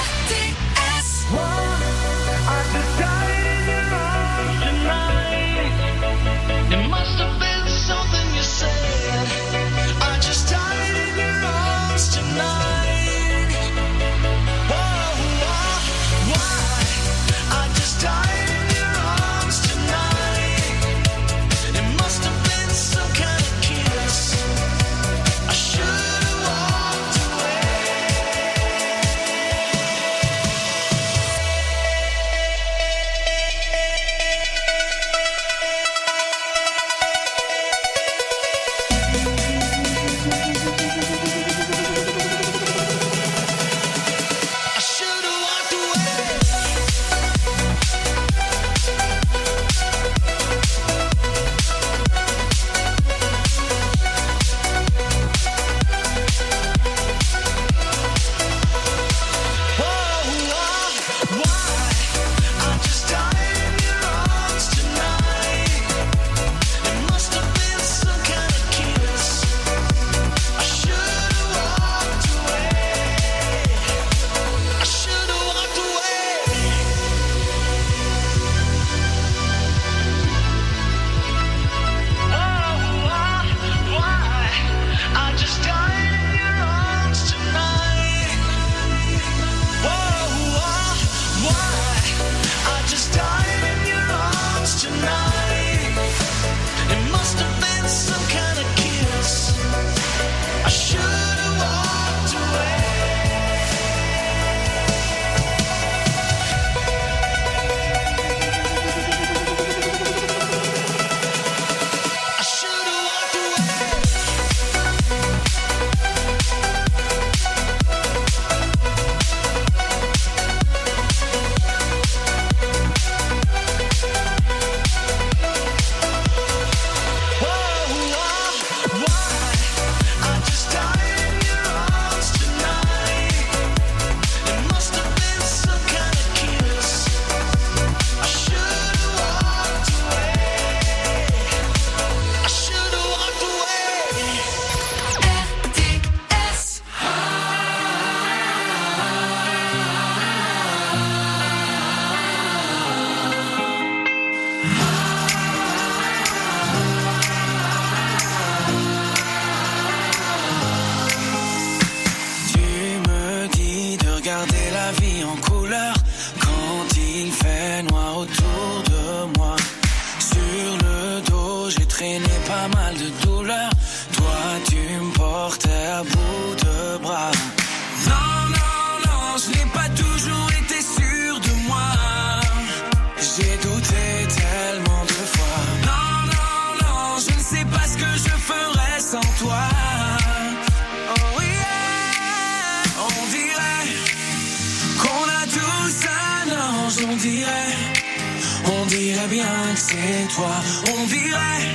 On dirait bien que c'est toi. On dirait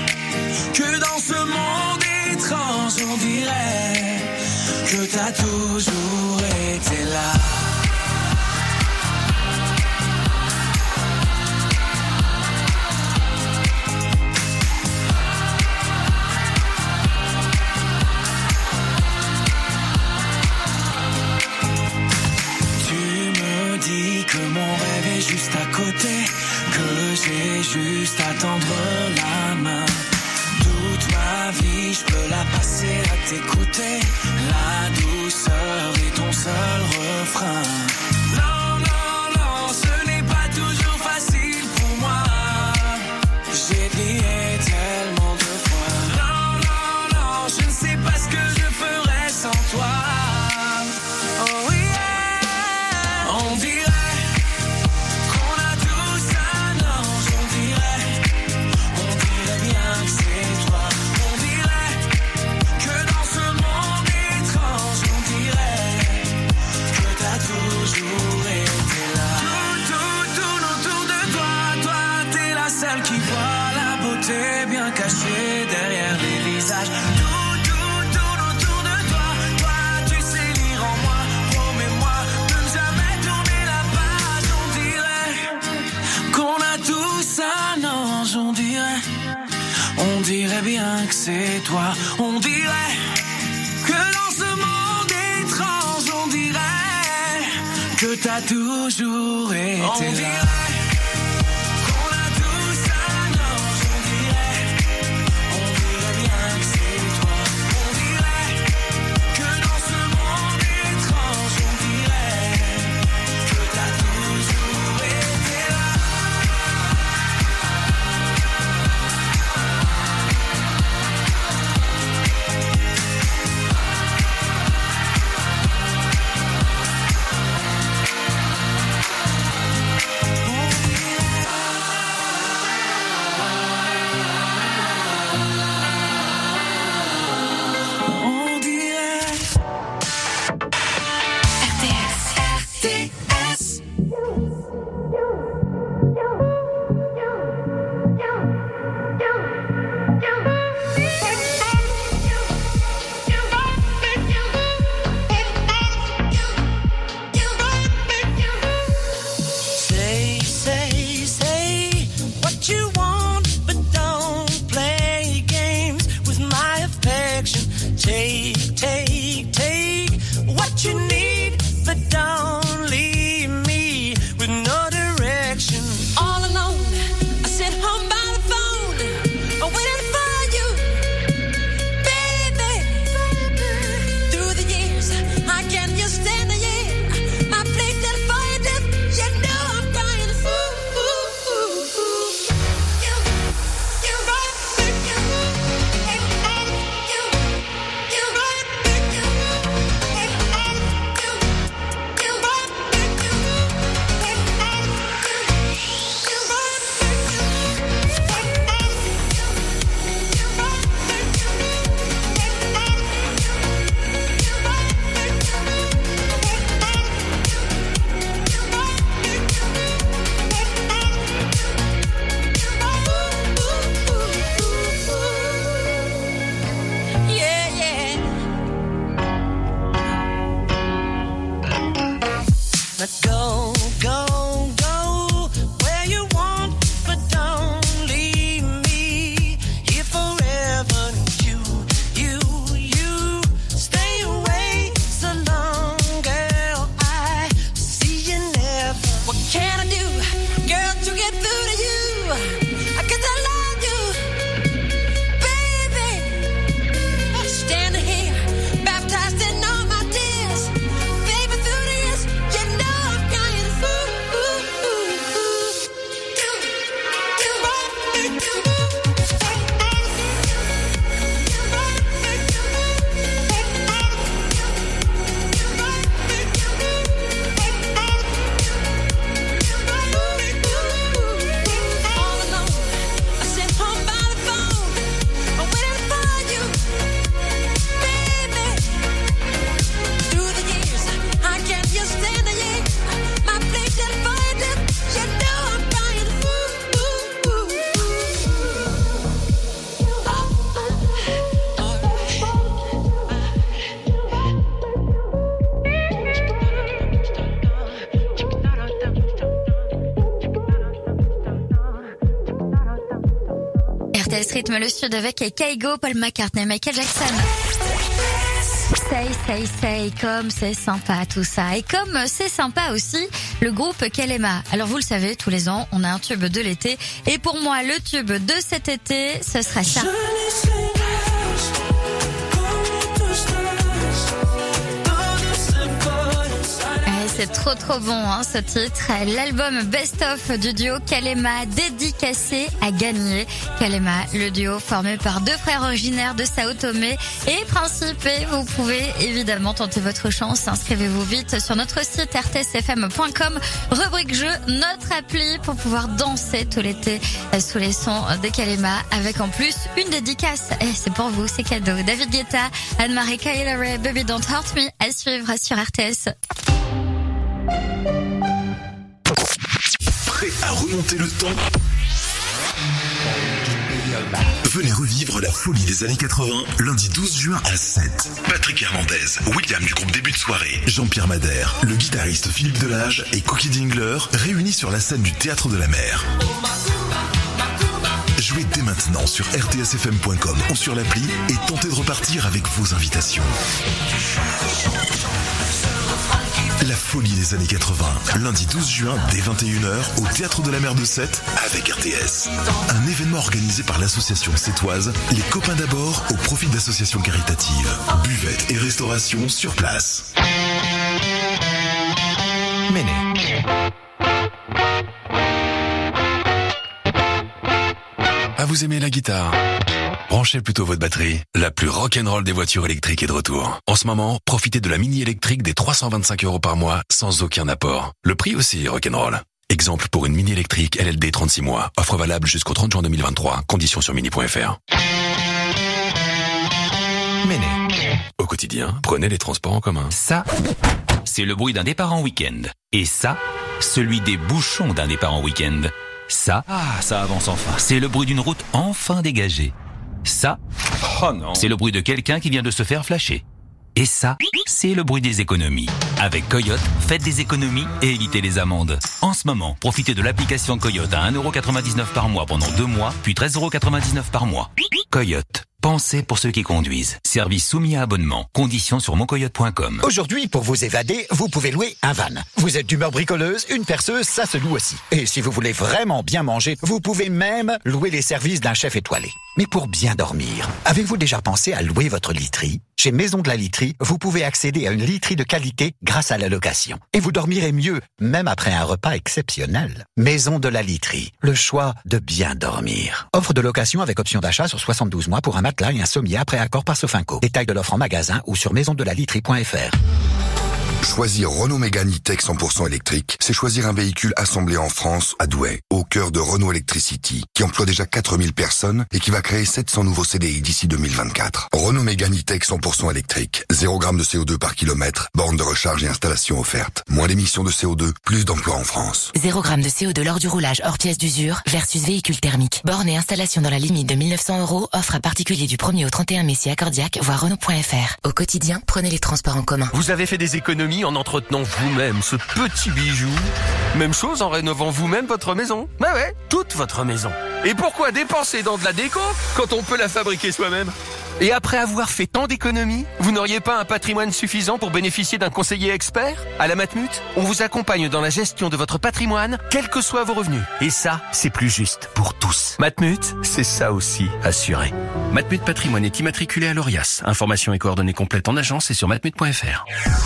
que dans ce monde étrange, on dirait que t'as toujours été là. Que mon rêve est juste à côté, que j'ai juste à tendre la main. Toute ma vie, je peux la passer à t'écouter. La douceur est ton seul refrain. Non, non, non, ce n'est pas toujours facile caché derrière les visages. Tout tourne autour de toi. Toi, tu sais lire en moi. Promets-moi de ne jamais tourner la page. On dirait qu'on a tous un ange. On dirait bien que c'est toi. On dirait que dans ce monde étrange, on dirait que t'as toujours été là. On dirait qu'on a tous un ange. On dirait bien que c'est toi. On dirait que dans ce monde étrange, on dirait que t'as toujours été là. Rythme le sud avec Kaigo, Paul McCartney, Michael Jackson. Say, comme c'est sympa tout ça. Et comme c'est sympa aussi, le groupe Kalema. Alors vous le savez, tous les ans, on a un tube de l'été. Et pour moi, le tube de cet été, ce sera ça. C'est trop bon ce titre. L'album Best of du duo Kalema dédicacé à gagner. Kalema, le duo formé par deux frères originaires de Sao Tomé et Principe. Et vous pouvez évidemment tenter votre chance. Inscrivez-vous vite sur notre site rtsfm.com, rubrique jeu, notre appli pour pouvoir danser tout l'été sous les sons de Kalema avec en plus une dédicace. Et c'est pour vous, c'est cadeau. David Guetta, Anne-Marie Kayla, Baby Don't Hurt Me à suivre sur RTS. Prêt à remonter le temps? Venez revivre la folie des années 80, lundi 12 juin à 7. Patrick Hernandez, William du groupe Début de soirée, Jean-Pierre Madère, le guitariste Philippe Delage et Cookie Dingler réunis sur la scène du Théâtre de la Mer. Jouez dès maintenant sur rtsfm.com ou sur l'appli et tentez de repartir avec vos invitations. La folie des années 80, lundi 12 juin dès 21h au Théâtre de la Mer de Sète avec RTS. Un événement organisé par l'association sétoise Les Copains d'abord au profit d'associations caritatives. Buvette et restauration sur place. Méné. Ah, vous aimez la guitare? Branchez plutôt votre batterie. La plus rock'n'roll des voitures électriques est de retour. En ce moment, profitez de la Mini électrique des 325 € par mois sans aucun apport. Le prix aussi est rock'n'roll. Exemple pour une Mini électrique LLD 36 mois. Offre valable jusqu'au 30 juin 2023. Conditions sur mini.fr. Méné. Au quotidien, prenez les transports en commun. Ça, c'est le bruit d'un départ en week-end. Et ça, celui des bouchons d'un départ en week-end. Ça, ça avance enfin. C'est le bruit d'une route enfin dégagée. Ça, oh non, c'est le bruit de quelqu'un qui vient de se faire flasher. Et ça, c'est le bruit des économies. Avec Coyote, faites des économies et évitez les amendes. En ce moment, profitez de l'application Coyote à 1,99 € par mois pendant 2 mois, puis 13,99 € par mois. Coyote. Pensez pour ceux qui conduisent. Service soumis à abonnement. Conditions sur moncoyote.com. Aujourd'hui, pour vous évader, vous pouvez louer un van. Vous êtes d'humeur bricoleuse, une perceuse, ça se loue aussi. Et si vous voulez vraiment bien manger, vous pouvez même louer les services d'un chef étoilé. Mais pour bien dormir, avez-vous déjà pensé à louer votre literie? Chez Maison de la Literie, vous pouvez accéder à une literie de qualité grâce à la location. Et vous dormirez mieux, même après un repas exceptionnel. Maison de la Literie, le choix de bien dormir. Offre de location avec option d'achat sur 72 mois pour un matelas et un sommier après accord par Sofinco. Détail de l'offre en magasin ou sur maisondelaliterie.fr. Choisir Renault Mégane E-Tech 100% électrique, c'est choisir un véhicule assemblé en France, à Douai, au cœur de Renault Electricity, qui emploie déjà 4000 personnes et qui va créer 700 nouveaux CDI d'ici 2024. Renault Mégane E-Tech 100% électrique, 0 g de CO2 par kilomètre, borne de recharge et installation offerte. Moins d'émissions de CO2, plus d'emplois en France. 0 g de CO2 lors du roulage hors pièce d'usure versus véhicule thermique. Borne et installation dans la limite de 1 900 €, offre à particulier du 1er au 31 mai si accordiaque, voir Renault.fr. Au quotidien, prenez les transports en commun. Vous avez fait des économies en entretenant vous-même ce petit bijou. Même chose en rénovant vous-même votre maison. Bah ouais, toute votre maison. Et pourquoi dépenser dans de la déco quand on peut la fabriquer soi-même? Et après avoir fait tant d'économies, vous n'auriez pas un patrimoine suffisant pour bénéficier d'un conseiller expert? À la Matmut, on vous accompagne dans la gestion de votre patrimoine, quels que soient vos revenus. Et ça, c'est plus juste pour tous. Matmut, c'est ça aussi, assuré. Matmut Patrimoine est immatriculé à l'ORIAS. Informations et coordonnées complètes en agence et sur matmut.fr.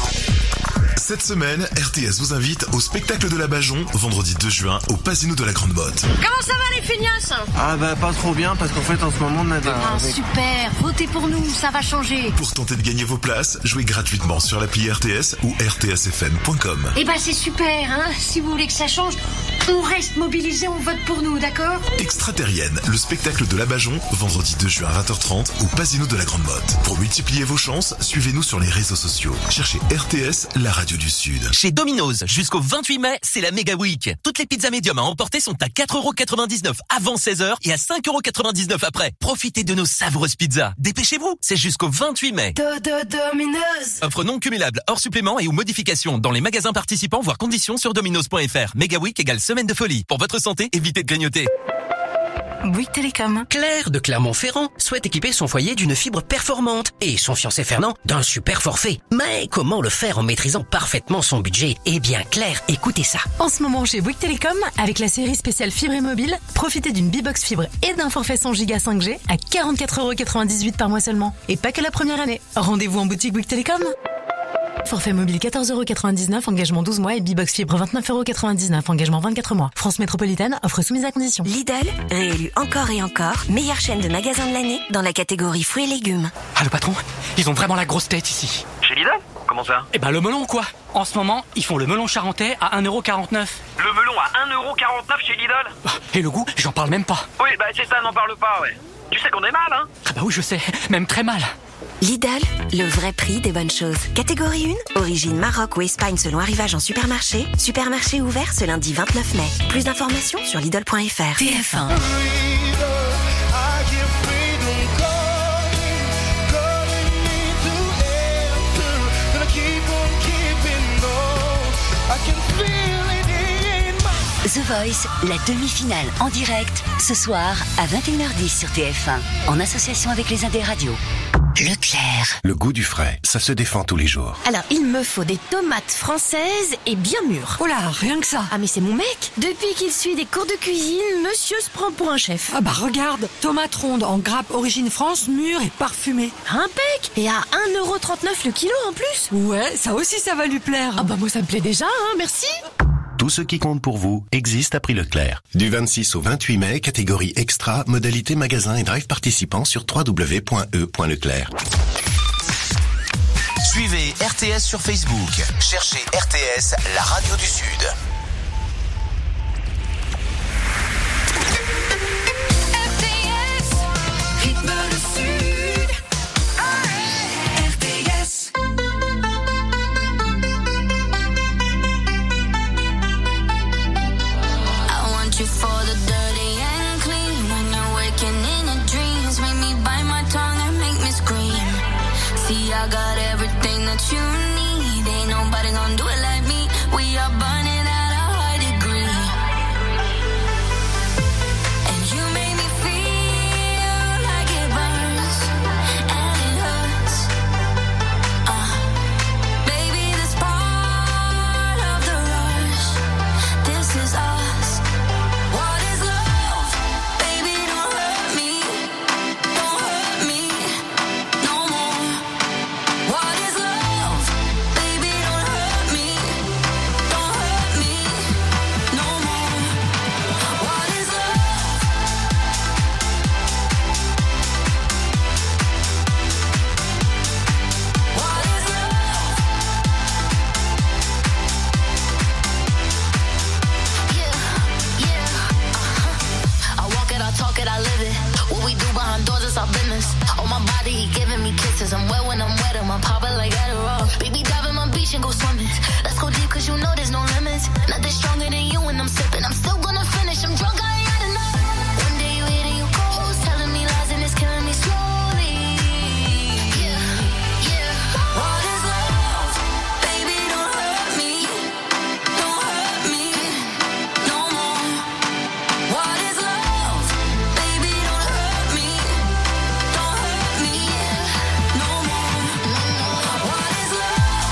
Cette semaine, RTS vous invite au spectacle de la Bajon, vendredi 2 juin, au Pasino de la Grande Motte. Comment ça va les feignasses? Ah bah pas trop bien parce qu'en fait en ce moment on a des... Ah super, votez pour nous, ça va changer. Pour tenter de gagner vos places, jouez gratuitement sur l'appli RTS ou rtsfm.com. Eh ben c'est super, hein. Si vous voulez que ça change, on reste mobilisés, on vote pour nous, d'accord? Extraterrienne, le spectacle de la Bajon, vendredi 2 juin à 20h30 au Pasino de la Grande Motte. Pour multiplier vos chances, suivez-nous sur les réseaux sociaux. Cherchez RTS, la radio du Sud. Chez Domino's, jusqu'au 28 mai, c'est la Méga Week. Toutes les pizzas médium à emporter sont à 4,99 € avant 16h et à 5,99 € après. Profitez de nos savoureuses pizzas. Dépêchez-vous, c'est jusqu'au 28 mai. Domino's. Offre non cumulable, hors supplément et ou modification dans les magasins participants, voire conditions sur dominos.fr. Méga Week égale semaine de folie. Pour votre santé, évitez de grignoter. Bouygues Télécom. Claire de Clermont-Ferrand souhaite équiper son foyer d'une fibre performante et son fiancé Fernand d'un super forfait. Mais comment le faire en maîtrisant parfaitement son budget? Eh bien Claire, écoutez ça. En ce moment chez Bouygues Télécom, avec la série spéciale fibre et mobile, profitez d'une B-Box fibre et d'un forfait 100 Go 5G à 44,98 € par mois seulement. Et pas que la première année. Rendez-vous en boutique Bouygues Télécom. Forfait mobile 14,99 €, engagement 12 mois et B-Box fibre 29,99 €, engagement 24 mois. France métropolitaine, offre soumise à condition. Lidl, réélu encore et encore, meilleure chaîne de magasins de l'année dans la catégorie fruits et légumes. Ah le patron, ils ont vraiment la grosse tête ici. Chez Lidl? Comment ça? Eh ben le melon quoi. En ce moment, ils font le melon charentais à 1,49 €. Le melon à 1,49 € chez Lidl? Et le goût, j'en parle même pas. Oui, bah c'est ça, n'en parle pas, ouais. Tu sais qu'on est mal, hein? Ah bah oui, je sais, même très mal. Lidl, le vrai prix des bonnes choses. Catégorie 1, origine Maroc ou Espagne selon arrivage en supermarché. Supermarché ouvert ce lundi 29 mai. Plus d'informations sur Lidl.fr. TF1. Voice, la demi-finale en direct, ce soir à 21h10 sur TF1, en association avec les Indes Radios. Leclerc. Le goût du frais, ça se défend tous les jours. Alors, il me faut des tomates françaises et bien mûres. Oh là, rien que ça. Ah mais c'est mon mec. Depuis qu'il suit des cours de cuisine, monsieur se prend pour un chef. Ah bah regarde, tomates rondes en grappe origine France, mûres et parfumées. Impec. Et à 1,39€ le kilo en plus. Ouais, ça aussi ça va lui plaire. Ah bah moi ça me plaît déjà, merci. Tout ce qui compte pour vous existe à prix Leclerc. Du 26 au 28 mai, catégorie extra, modalité magasin et drive participants sur www.e.leclerc. Suivez RTS sur Facebook. Cherchez RTS, la radio du Sud. I got everything that you need. Ain't nobody gonna do it like me. We are burning at a high degree. And you make me feel like it burns and it hurts. Baby, this part of the rush. This is us. What is love? Baby, don't hurt me. Don't hurt me no more. What is love? Baby, don't hurt me. Don't hurt me no more. What is love? What is love? Yeah, I walk it, I talk it, I live it. What we do behind doors is our business. On my body, he giving me kisses. I'm wet when I'm wet, I'm popping like Adderall. Baby, dive in my beach and go swimming. Let's go deep, cause you know there's no limits. Nothing stronger than you when I'm sipping. I'm still gonna finish, I'm drunk, I ain't had enough. One day you hit and you cold, telling me lies and it's killing me slowly. Yeah. What is love? Baby, don't hurt me. Don't hurt me no more. What is love? Baby, don't hurt me. Don't hurt me no more. What is love?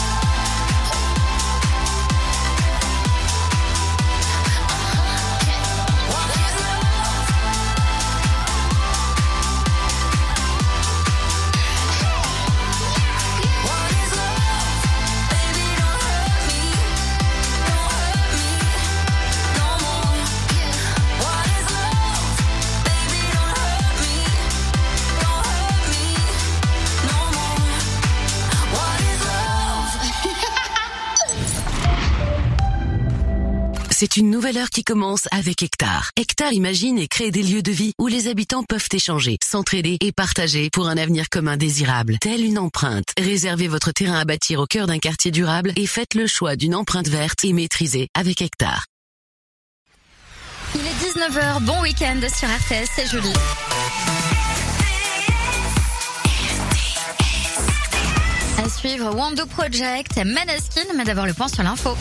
What is love? What is love? Baby, don't hurt me. Don't hurt me no more. What is love? Baby, don't hurt me. Don't hurt me no more. What is love? C'est une nouvelle heure qui commence avec Hectare. Hectare imagine et crée des lieux de vie où les habitants peuvent échanger, s'entraider et partager pour un avenir commun désirable. Telle une empreinte. Réservez votre terrain à bâtir au cœur d'un quartier durable et faites le choix d'une empreinte verte et maîtrisée avec Hectare. Il est 19h, bon week-end sur RTS, c'est Julie. À suivre, Wando Project, Maneskin, mais d'abord le point sur l'info.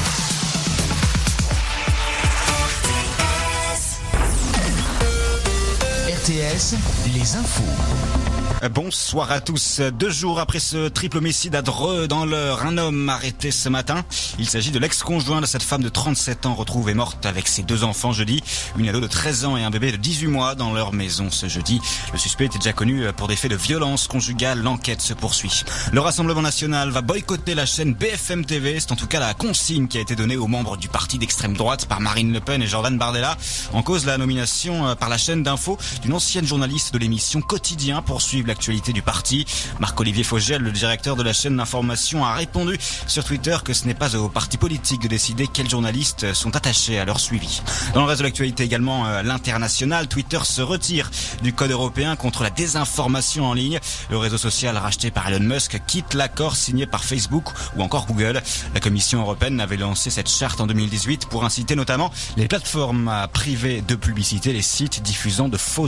RTS, les infos. Bonsoir à tous. 2 jours après ce triple homicide à Dreux dans l'Eure, un homme arrêté ce matin. Il s'agit de l'ex-conjoint de cette femme de 37 ans retrouvée morte avec ses 2 enfants jeudi. Une ado de 13 ans et un bébé de 18 mois dans leur maison ce jeudi. Le suspect était déjà connu pour des faits de violence conjugale. L'enquête se poursuit. Le Rassemblement national va boycotter la chaîne BFM TV. C'est en tout cas la consigne qui a été donnée aux membres du parti d'extrême droite par Marine Le Pen et Jordan Bardella. En cause, la nomination par la chaîne d'info d'une ancienne journaliste de l'émission Quotidien pour suivre l'actualité du parti. Marc-Olivier Fogel, le directeur de la chaîne d'information, a répondu sur Twitter que ce n'est pas aux partis politiques de décider quels journalistes sont attachés à leur suivi. Dans le reste de l'actualité également, l'international, Twitter se retire du code européen contre la désinformation en ligne. Le réseau social racheté par Elon Musk quitte l'accord signé par Facebook ou encore Google. La Commission européenne avait lancé cette charte en 2018 pour inciter notamment les plateformes à priver de publicité les sites diffusant de fausses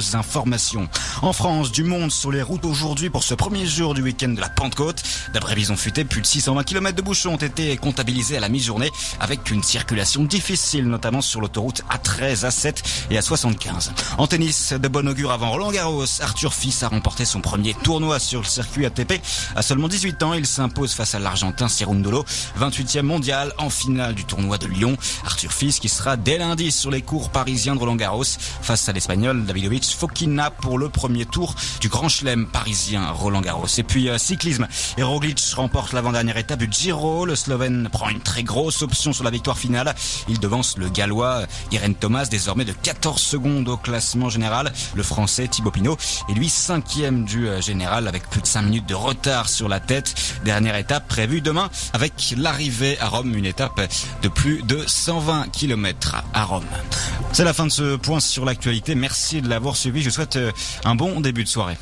dernières informations. En France, du monde sur les routes aujourd'hui pour ce premier jour du week-end de la Pentecôte. D'après Vision Futée, plus de 620 km de bouchons ont été comptabilisés à la mi-journée avec une circulation difficile, notamment sur l'autoroute A13, A7 et A75. En tennis, de bon augure avant Roland-Garros, Arthur Fils a remporté son premier tournoi sur le circuit ATP. À seulement 18 ans, il s'impose face à l'Argentin Cerundolo, 28e mondial en finale du tournoi de Lyon. Arthur Fils qui sera dès lundi sur les cours parisiens de Roland-Garros face à l'Espagnol Davidovich Fokina pour le premier tour du Grand Chelem parisien Roland-Garros. Et puis cyclisme, et Roglic remporte l'avant-dernière étape du Giro. Le Slovène prend une très grosse option sur la victoire finale. Il devance le Gallois Irène Thomas, désormais de 14 secondes au classement général. Le Français Thibaut Pinot est lui 5e du général avec plus de 5 minutes de retard sur la tête. Dernière étape prévue demain avec l'arrivée à Rome, une étape de plus de 120 km à Rome. C'est la fin de ce point sur l'actualité. Merci de l'avoir suivi. Je vous souhaite un bon début de soirée.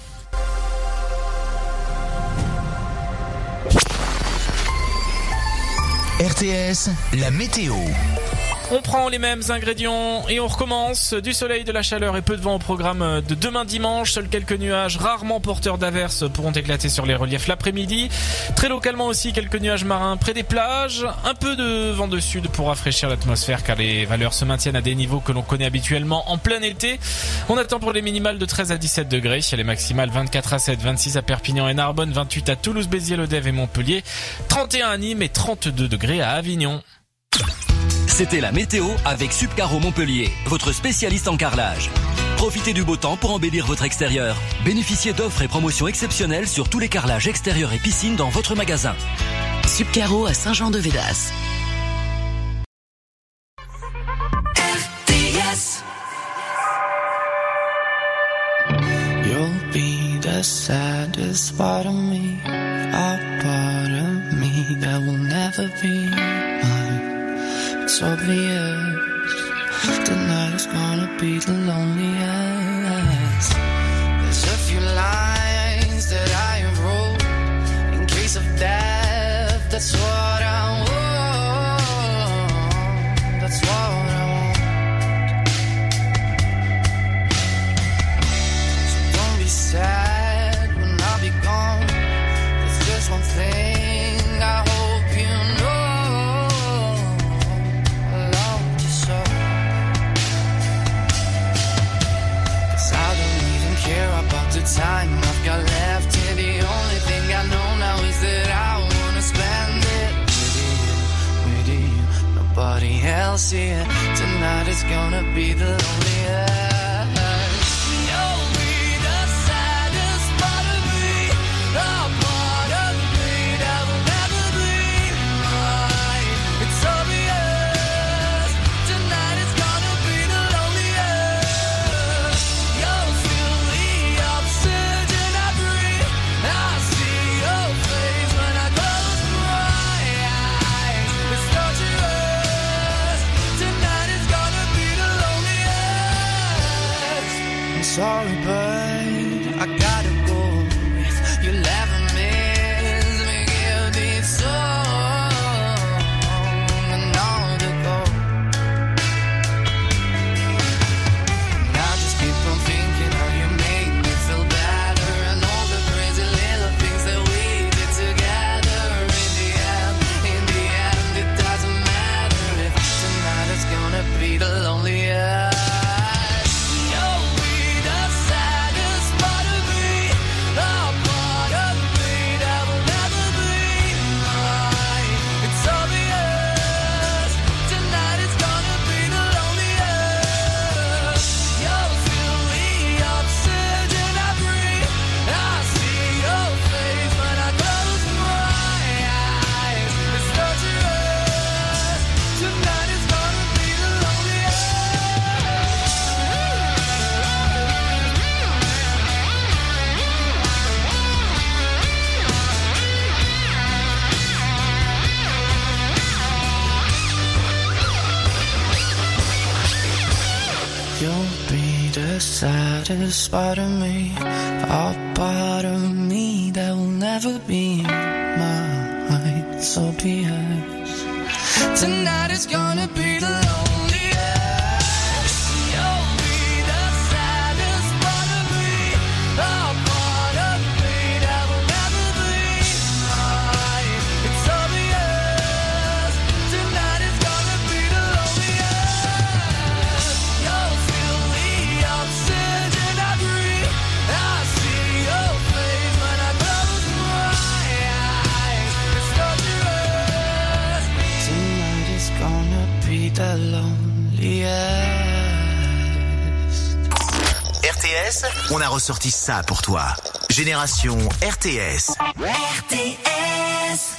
RTS, la météo. On prend les mêmes ingrédients et on recommence. Du soleil, de la chaleur et peu de vent au programme de demain dimanche. Seuls quelques nuages rarement porteurs d'averses pourront éclater sur les reliefs l'après-midi. Très localement aussi quelques nuages marins près des plages. Un peu de vent de sud pour rafraîchir l'atmosphère car les valeurs se maintiennent à des niveaux que l'on connaît habituellement en plein été. On attend pour les minimales de 13 à 17 degrés. Les maximales 24 à 7, 26 à Perpignan et Narbonne, 28 à Toulouse, Béziers, Le Dève et Montpellier, 31 à Nîmes et 32 degrés à Avignon. C'était la météo avec Subcaro Montpellier, votre spécialiste en carrelage. Profitez du beau temps pour embellir votre extérieur. Bénéficiez d'offres et promotions exceptionnelles sur tous les carrelages extérieurs et piscines dans votre magasin. Subcaro à Saint-Jean-de-Védas. RTS. You'll be the saddest part of me, a part of me that will never be mine. It's obvious tonight is gonna be the loneliest. There's a few lines that I have wrote in case of death. That's what I want. That's what I want. So don't be sad when I'll be gone. There's just one thing I hope you know. About the time I've got left here, the only thing I know now is that I wanna spend it with you, nobody else here. Tonight is gonna be the loneliest. You'll be the saddest part of me, a part of me that will never be mine. It's obvious tonight is gonna be the loneliest. You'll feel the oxygen I breathe. I see your face when I close my eyes. It's torturous. Tonight is gonna be the loneliest. I'm sorry, but I gotta go. If you'll ever miss me, give this song another go. And I just keep on thinking how you make me feel better, and all the crazy little things that we did together. In the end, it doesn't matter if tonight is gonna be the loneliest. You'll be the saddest part of me, a part of me that will never be mine. It's obvious tonight is gonna be the loneliest. You'll feel the oxygen I breathe. I see your face when I close my eyes. It's torturous. Tonight is gonna be the loneliest. You'll be the saddest part of me, a part of me that will never be mine. It's obvious tonight is gonna be the loneliest. You'll be the saddest part RTS, on a ressorti ça pour toi. Génération RTS. RTS.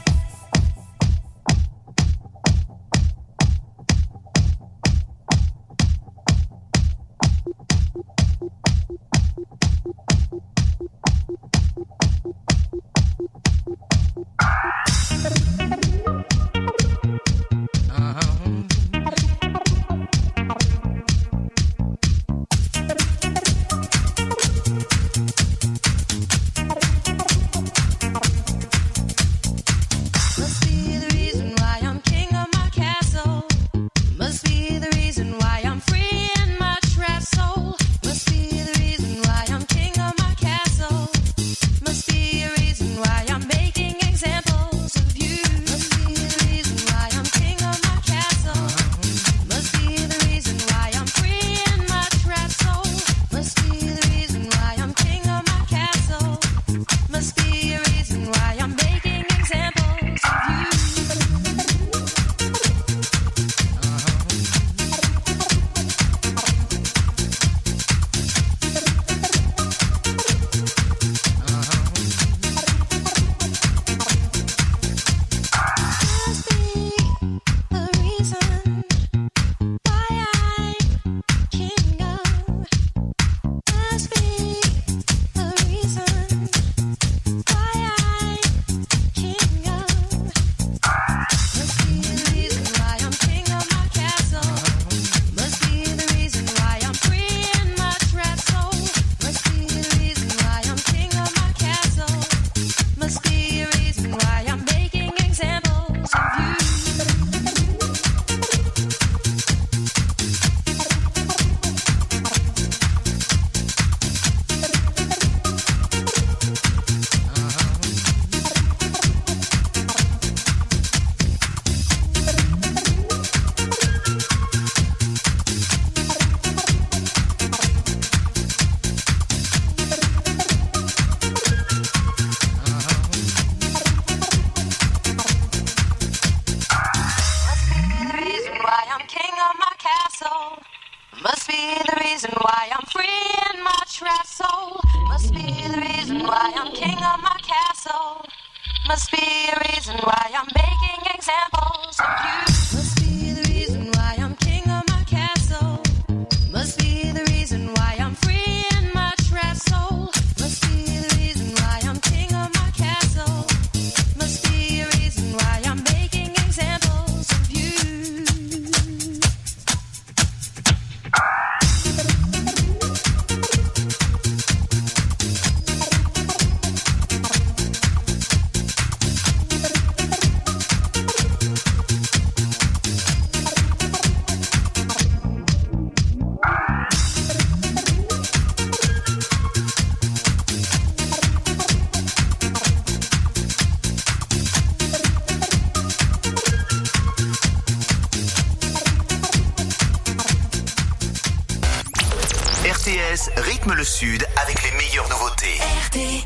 RTS rythme le Sud avec les meilleures nouveautés. RTS.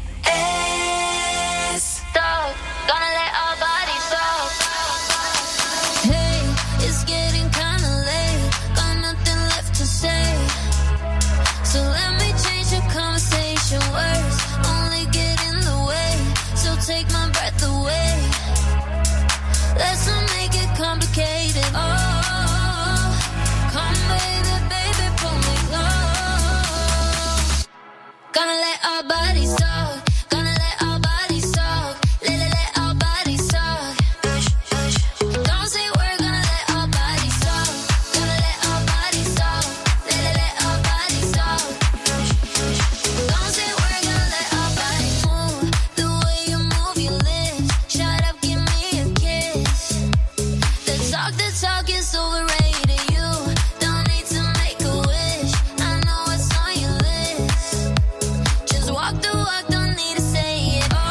Stop, gonna let our bodies talk. Hey, it's getting kinda late. Got nothing left to say. So let me change the conversation. Words only get in the way. So take my breath away. Let's not make it complicated. Oh, come baby, baby, pull me close. Gonna let our bodies talk. Gonna let our bodies talk. Let our bodies talk. Don't say we're gonna let our bodies talk. Gonna let our bodies talk. Let our bodies talk. Don't say we're gonna let our bodies move. The way you move your lips. Shut up, give me a kiss. The talk is overrated. You don't need to make a wish. I know what's on your list. Just walk the walk, don't need to say it. Oh,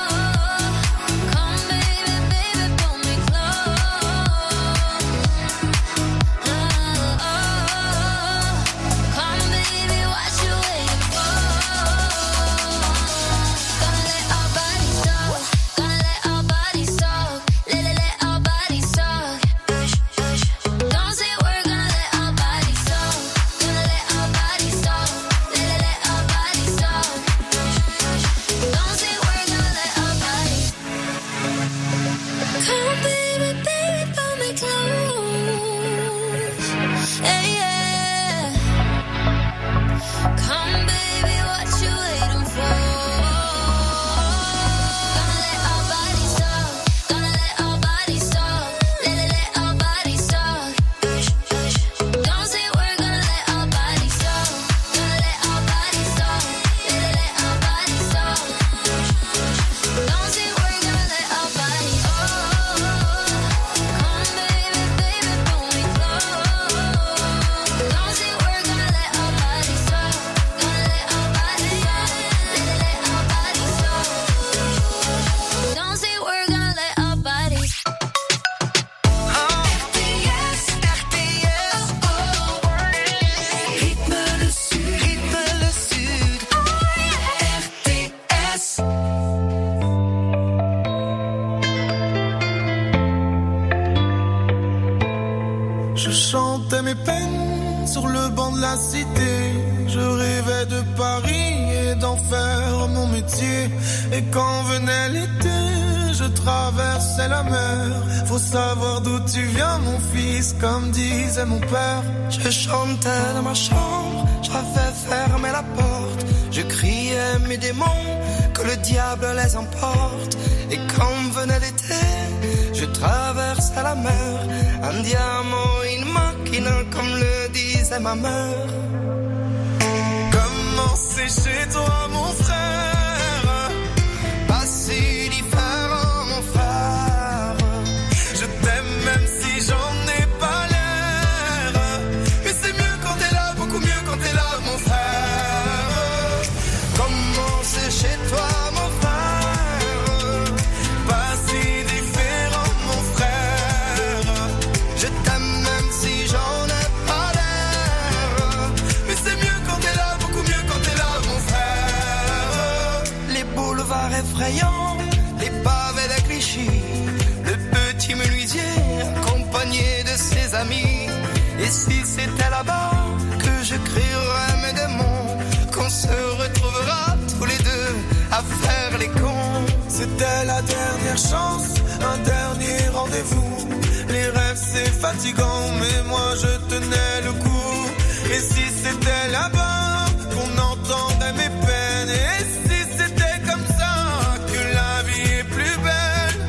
come baby, baby, pull me close. Come baby, what you waiting for? Gonna let our bodies talk. Gonna let our bodies talk. Let our bodies talk. Don't say we're gonna let our bodies talk. Gonna let our bodies talk. Let la cité. Je rêvais de Paris et d'en faire mon métier. Et quand venait l'été, je traversais la mer. Faut savoir d'où tu viens, mon fils, comme disait mon père. Je chantais dans ma chambre, j'avais fermé la porte. Je criais mes démons, que le diable les emporte. Et quand venait l'été, je traversais la mer. Un diamant, une machina, comme le disait ma mère. Comment c'est chez toi, mon frère? Pas si différent, mon frère. Je t'aime même si j'en ai pas l'air. Mais c'est mieux quand t'es là, beaucoup mieux quand t'es là, mon frère. Comment c'est chez toi, mon frère? Pas si différent, mon frère. Je t'aime même si j'en ai pas l'air. Mais c'est mieux quand t'es là, beaucoup mieux quand t'es là, mon frère. Les boulevards effrayants, les pavés de Clichy, le petit menuisier accompagné de ses amis. Et si c'était là-bas que je crierais mes démons, qu'on se retrouvera tous les deux à faire les cons. C'était la dernière chance, un dernier rendez-vous. Les rêves c'est fatigant, mais moi je tenais le coup. Et si c'était là-bas qu'on entendait mes peines, et si c'était comme ça que la vie est plus belle.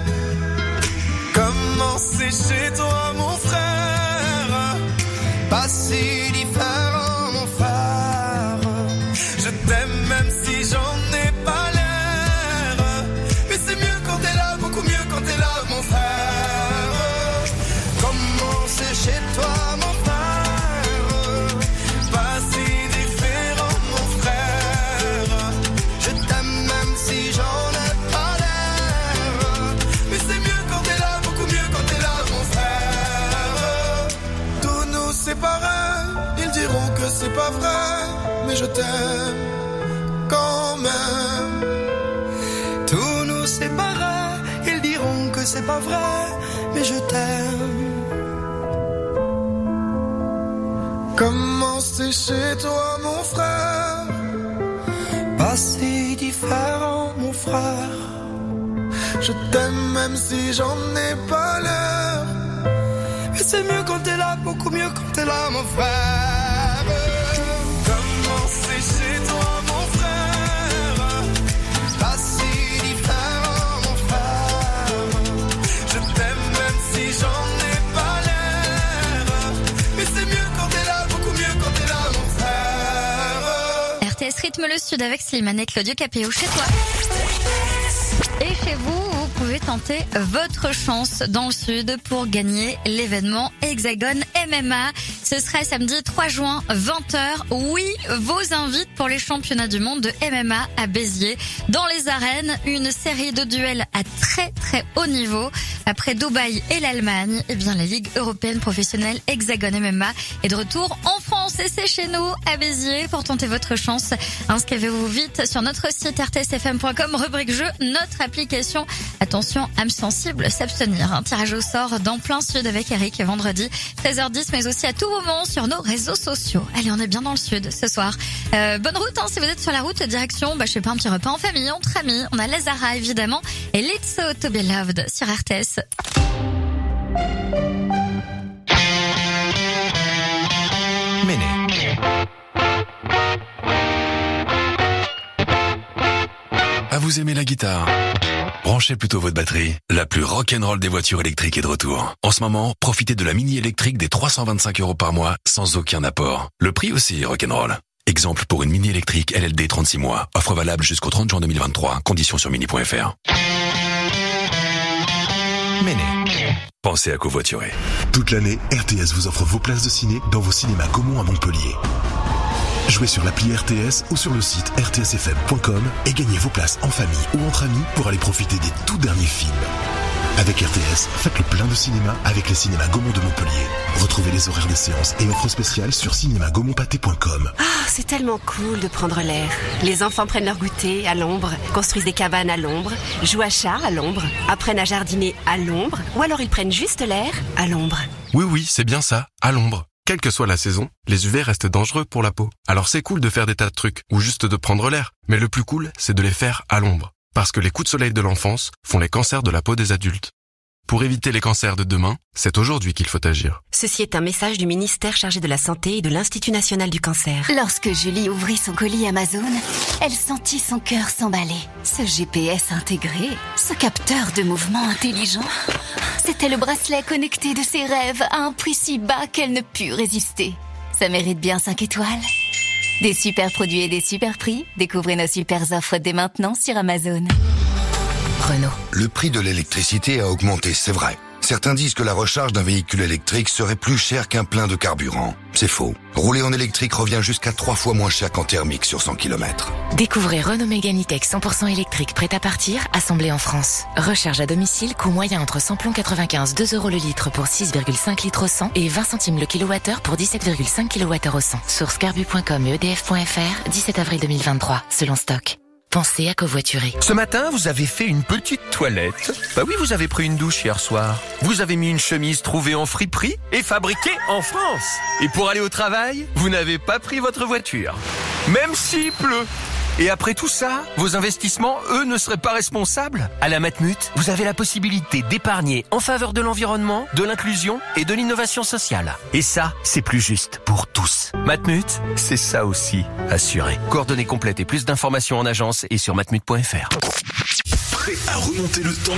Comment c'est chez toi, mon frère? Pas si différent, mon frère. Je t'aime même si j'en ai pas l'air. Mais c'est mieux quand t'es là, beaucoup mieux quand t'es là, mon frère. Comment c'est chez toi, mon frère? Pas si différent, mon frère. Je t'aime même si j'en ai pas l'air. Mais c'est mieux quand t'es là, beaucoup mieux quand t'es là, mon frère. Tous nous séparer, ils diront que c'est pas vrai, mais je t'aime quand même. Tous nous séparer, ils diront que c'est pas vrai, mais je t'aime. Comment c'est chez toi, mon frère? Pas si différent, mon frère. Je t'aime même si j'en ai pas l'air. Mais c'est mieux quand t'es là, beaucoup mieux quand t'es là, mon frère. Comment c'est chez toi, mon frère? Pas si différent, mon frère. Je t'aime même si j'en ai pas l'air. Mais c'est mieux quand t'es là, beaucoup mieux quand t'es là, mon frère. RTS rythme le sud avec Slimane et Claudio Capéo chez toi. Et chez vous, vous pouvez tenter votre chance dans le sud pour gagner l'événement Hexagone MMA. Ce sera samedi 3 juin, 20h. Oui, vos invites pour les championnats du monde de MMA à Béziers. Dans les arènes, une série de duels à très très haut niveau. Après Dubaï et l'Allemagne, eh bien la Ligue européenne professionnelle Hexagone MMA est de retour en France. Et c'est chez nous, à Béziers. Pour tenter votre chance, inscrivez-vous vite sur notre site rtsfm.com, rubrique jeu, notre application. Attention, âme sensible, s'abstenir. Un tirage au sort dans plein sud avec Eric vendredi 13h10, mais aussi à tout moment sur nos réseaux sociaux. Allez, on est bien dans le sud ce soir. Bonne route, hein, si vous êtes sur la route, direction, je sais pas, un petit repas en famille, entre amis. On a Lazara évidemment et Let's So To Be Loved sur RTS. Méné. Ah, vous aimez la guitare? Branchez plutôt votre batterie. La plus rock'n'roll des voitures électriques est de retour. En ce moment, profitez de la Mini électrique des 325 € par mois sans aucun apport. Le prix aussi est rock'n'roll. Exemple pour une Mini électrique LLD 36 mois. Offre valable jusqu'au 30 juin 2023. Conditions sur mini.fr. Méné. Pensez à covoiturer. Toute l'année, RTS vous offre vos places de ciné dans vos cinémas Gaumont à Montpellier. Jouez sur l'appli RTS ou sur le site rtsfm.com et gagnez vos places en famille ou entre amis pour aller profiter des tout derniers films. Avec RTS, faites le plein de cinéma avec les cinémas Gaumont de Montpellier. Retrouvez les horaires des séances et offres spéciales sur cinémagaumontpâté.com. Ah, c'est tellement cool de prendre l'air. Les enfants prennent leur goûter à l'ombre, construisent des cabanes à l'ombre, jouent à chat à l'ombre, apprennent à jardiner à l'ombre, ou alors ils prennent juste l'air à l'ombre. Oui, c'est bien ça, à l'ombre. Quelle que soit la saison, les UV restent dangereux pour la peau. Alors c'est cool de faire des tas de trucs, ou juste de prendre l'air. Mais le plus cool, c'est de les faire à l'ombre. Parce que les coups de soleil de l'enfance font les cancers de la peau des adultes. Pour éviter les cancers de demain, c'est aujourd'hui qu'il faut agir. Ceci est un message du ministère chargé de la Santé et de l'Institut National du Cancer. Lorsque Julie ouvrit son colis Amazon, elle sentit son cœur s'emballer. Ce GPS intégré, ce capteur de mouvement intelligent, c'était le bracelet connecté de ses rêves à un prix si bas qu'elle ne put résister. Ça mérite bien 5 étoiles. Des super produits et des super prix, découvrez nos super offres dès maintenant sur Amazon. Renault. Le prix de l'électricité a augmenté, c'est vrai. Certains disent que la recharge d'un véhicule électrique serait plus cher qu'un plein de carburant. C'est faux. Rouler en électrique revient jusqu'à 3 fois moins cher qu'en thermique sur 100 km. Découvrez Renault Mégane E-Tech 100% électrique prêt à partir, assemblé en France. Recharge à domicile, coût moyen entre samplon 95, 2 € le litre pour 6,5 litres au 100 et 20 centimes le kilowattheure pour 17,5 kWh au 100. Source carbu.com et edf.fr, 17 avril 2023, selon stock. Pensez à covoiturer. Ce matin, vous avez fait une petite toilette. Bah oui, vous avez pris une douche hier soir. Vous avez mis une chemise trouvée en friperie et fabriquée en France. Et pour aller au travail, vous n'avez pas pris votre voiture. Même s'il pleut. Et après tout ça, vos investissements, eux, ne seraient pas responsables. À la Matmut, vous avez la possibilité d'épargner en faveur de l'environnement, de l'inclusion et de l'innovation sociale. Et ça, c'est plus juste pour tous. Matmut, c'est ça aussi, assuré. Coordonnées complètes et plus d'informations en agence et sur matmut.fr. Prêt à remonter le temps ?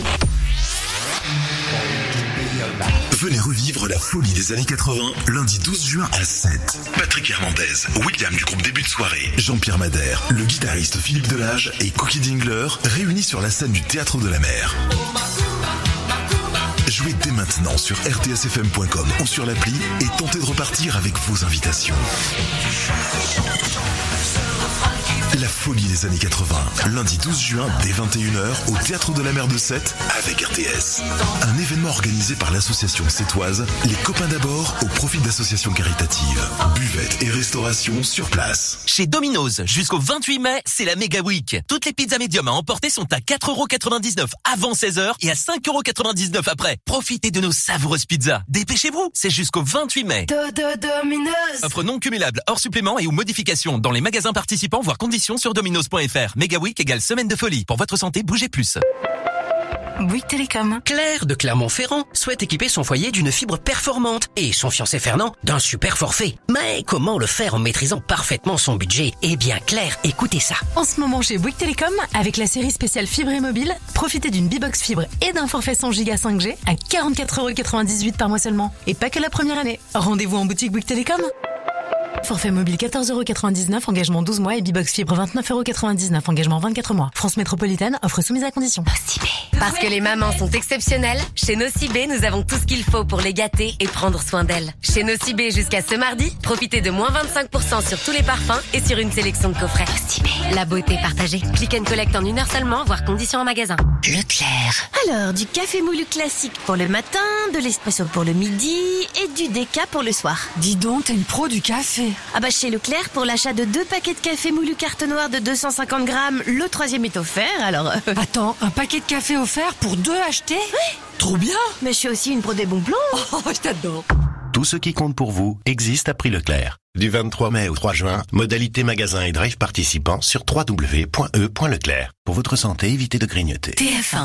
Venez revivre la folie des années 80, lundi 12 juin à 7. Patrick Hernandez, William du groupe Début de Soirée, Jean-Pierre Madère, le guitariste Philippe Delage et Cookie Dingler réunis sur la scène du Théâtre de la Mer. Jouez dès maintenant sur rtsfm.com ou sur l'appli et tentez de repartir avec vos invitations. La folie des années 80, lundi 12 juin dès 21h au Théâtre de la Mer de Sète avec RTS. Un événement organisé par l'association sétoise Les Copains d'abord au profit d'associations caritatives. Buvette et restauration sur place. Chez Domino's, jusqu'au 28 mai, c'est la Mega Week. Toutes les pizzas médium à emporter sont à 4,99€ avant 16h et à 5,99€ après. Profitez de nos savoureuses pizzas. Dépêchez-vous, c'est jusqu'au 28 mai. Domino's. Offre non cumulable, hors supplément et ou modification dans les magasins participants, voire conditions sur dominos.fr. Mega Week égale semaine de folie. Pour votre santé, bougez plus. Bouygues Télécom. Claire de Clermont-Ferrand souhaite équiper son foyer d'une fibre performante et son fiancé Fernand d'un super forfait. Mais comment le faire en maîtrisant parfaitement son budget? Eh bien Claire, écoutez ça. En ce moment chez Bouygues Télécom, avec la série spéciale fibre et mobile, profitez d'une B-Box fibre et d'un forfait 100 Go 5G à 44,98€ par mois seulement. Et pas que la première année. Rendez-vous en boutique Bouygues Télécom. Forfait mobile 14,99€, engagement 12 mois et B-Box fibre 29,99€, engagement 24 mois. France métropolitaine, offre soumise à condition. Nocibé. Parce que les mamans sont exceptionnelles, chez Nocibé, nous avons tout ce qu'il faut pour les gâter et prendre soin d'elles. Chez Nocibé, jusqu'à ce mardi, profitez de moins 25% sur tous les parfums et sur une sélection de coffrets. Nocibé. La beauté partagée. Click and collect en 1 heure seulement, voire conditions en magasin. Leclerc. Alors, du café moulu classique pour le matin, de l'espresso pour le midi et du déca pour le soir. Dis donc, t'es une pro du café. Ah bah chez Leclerc, pour l'achat de 2 paquets de café moulu carte noire de 250 grammes, le 3e est offert, alors... Attends, un paquet de café offert pour 2 achetés? Oui. Trop bien. Mais je suis aussi une pro des bons plans. Oh, je t'adore. Tout ce qui compte pour vous existe à prix Leclerc. Du 23 mai au 3 juin, modalité magasin et drive participants sur www.e.leclerc. Pour votre santé, évitez de grignoter. TF1.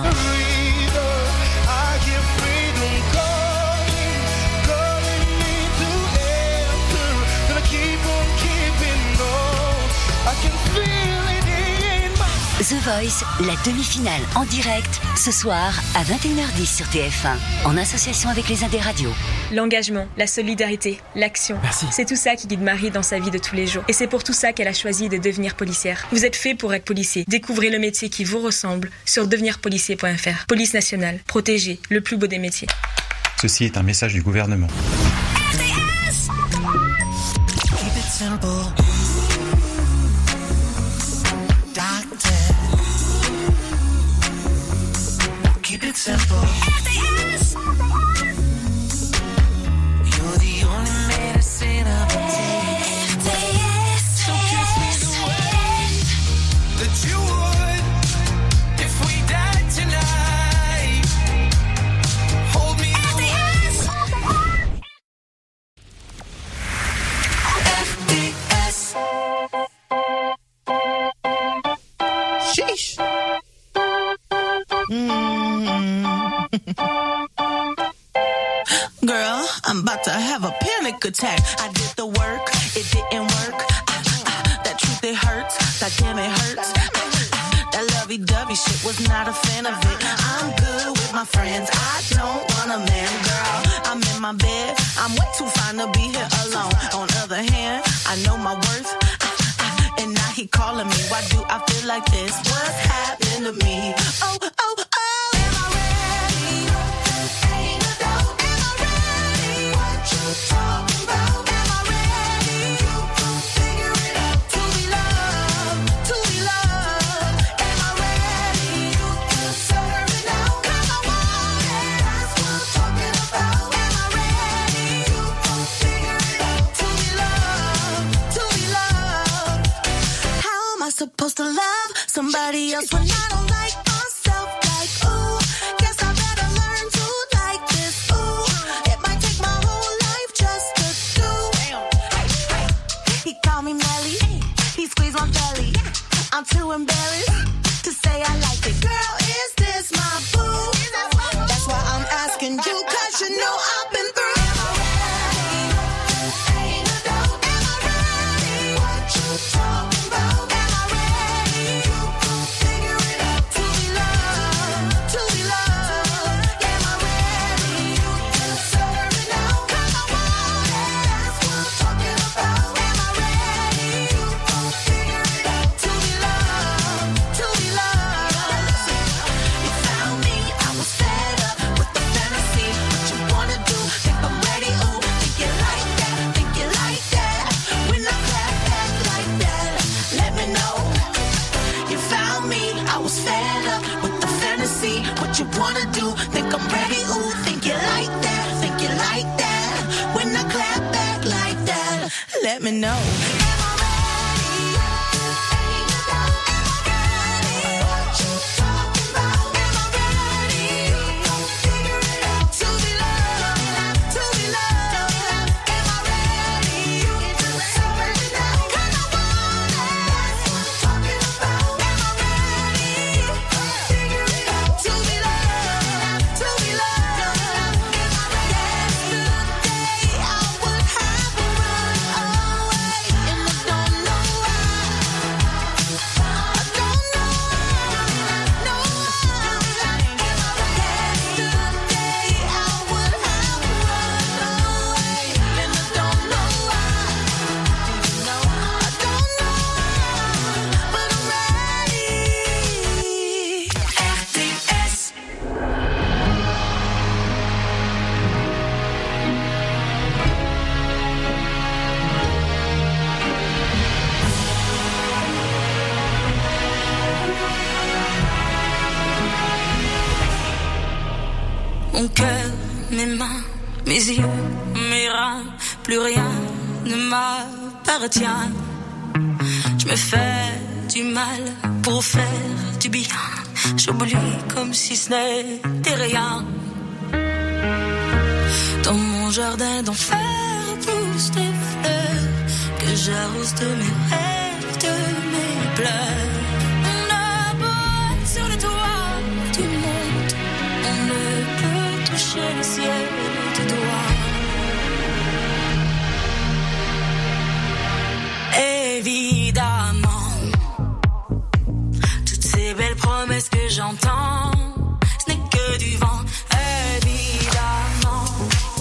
The Voice, la demi-finale en direct, ce soir à 21h10 sur TF1, en association avec les Indes Radio. L'engagement, la solidarité, l'action. Merci. C'est tout ça qui guide Marie dans sa vie de tous les jours. Et c'est pour tout ça qu'elle a choisi de devenir policière. Vous êtes fait pour être policier. Découvrez le métier qui vous ressemble sur devenirpolicier.fr. Police nationale, protégée, le plus beau des métiers. Ceci est un message du gouvernement. RTS! Keep it simple. Keep it simple. RTS. You're the only medicine I've been taking. RTS. So kiss me the way that you would if we died tonight. Hold me. RTS. Girl, I'm about to have a panic attack. I did the work, it didn't work. That truth, it hurts. That damn, it hurts. That lovey-dovey shit was not a fan of it. I'm good with my friends. I don't want a man, girl. I'm in my bed. I'm way too fine to be here alone. On the other hand, I know my worth. And now he calling me. Why do I feel like this? What's happening to me? Oh, oh, oh. Am I ready? Ain't no doubt. Am I ready? What you talking about? Am I ready? You gon' figure it out. To be loved, to be loved. Am I ready? You deserve it now. 'Cause I want it. That's what I'm talking about. Am I ready? You gon' figure it out. To be loved, to be loved. How am I supposed to love somebody else when I don't like myself? Like, ooh, guess I better learn to like this. Ooh, it might take my whole life just to do. He called me Melly, he squeezed my belly. I'm too embarrassed to say I like it. Girl, is this my boo? That's why I'm asking you, 'cause you know I've been through. Ain't no doubt. Am I ready? What you talking about? Am I ready? You gon' figure it out. To be loved, to be loved. Am I ready? You deserve it now. 'Cause I want it. That's what I'm talking about. Am I ready? You gon' figure it out. To be loved, to be loved. You found me, I was fed up with the fantasy. What you wanna do? Think I'm ready? Ooh, think you like that? Think you like that? When I clap back like that, let me know. You found me, I was fed up with the fantasy. What you wanna do? Think I'm ready? Ooh, think you like that? Think you like that? When I clap back like that, let me know. Am I ready? Ain't no doubt. Am I ready? What you talking about? Am I ready? You gon' figure it out. To be loved, to be loved. Am I ready? You deserve it now. 'Cause I want it. That's what I'm talking about. Am I ready? You gon' figure it out. To be loved, to be loved. Am I ready? Yesterday I would have run away, and I don't know why. I don't know why. No why. Am I ready? Yesterday I would have run away, and I don't know why. No, I don't know why, but I'm ready. RTS. Mon cœur, mes mains, mes yeux, mes reins, plus rien ne m'appartient. Je me fais du mal pour faire du bien. J'oublie comme si ce n'était rien. Dans mon jardin d'enfer poussent des fleurs que j'arrose de mes rêves, de mes pleurs. On a beau être sur le toit du monde, on ne peut toucher le ciel du doigt. Évidemment, toutes ces belles promesses que j'entends, ce n'est que du vent. Évidemment,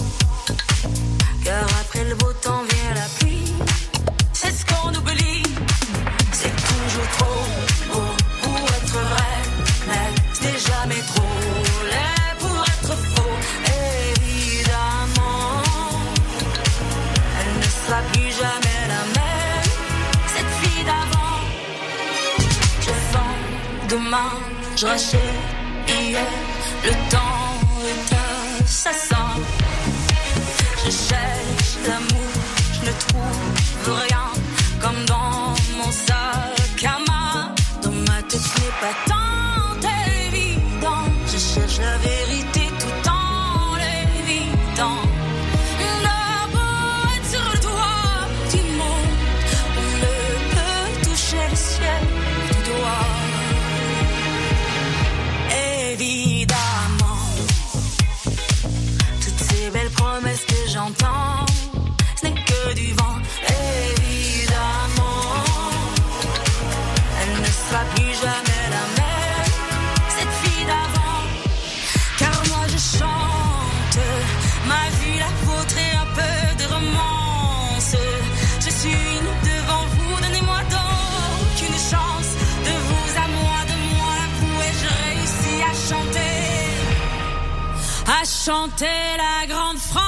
car après le beau temps vient la pluie. C'est ce qu'on oublie. C'est toujours trop beau pour être vrai, mais c'est jamais trop laid pour être faux. Évidemment, elle ne sera plus jamais la même, cette fille d'avant. Je vends demain, je rachète hier. Le temps est assassin. Je cherche l'amour, je ne trouve rien, comme dans mon sac à main. Dans ma tête, ce n'est pas tant évident. Je cherche la vérité tout en l'évitant. On a beau être sur le toit du monde, on ne peut toucher le ciel du doigt. à chanter la grande France.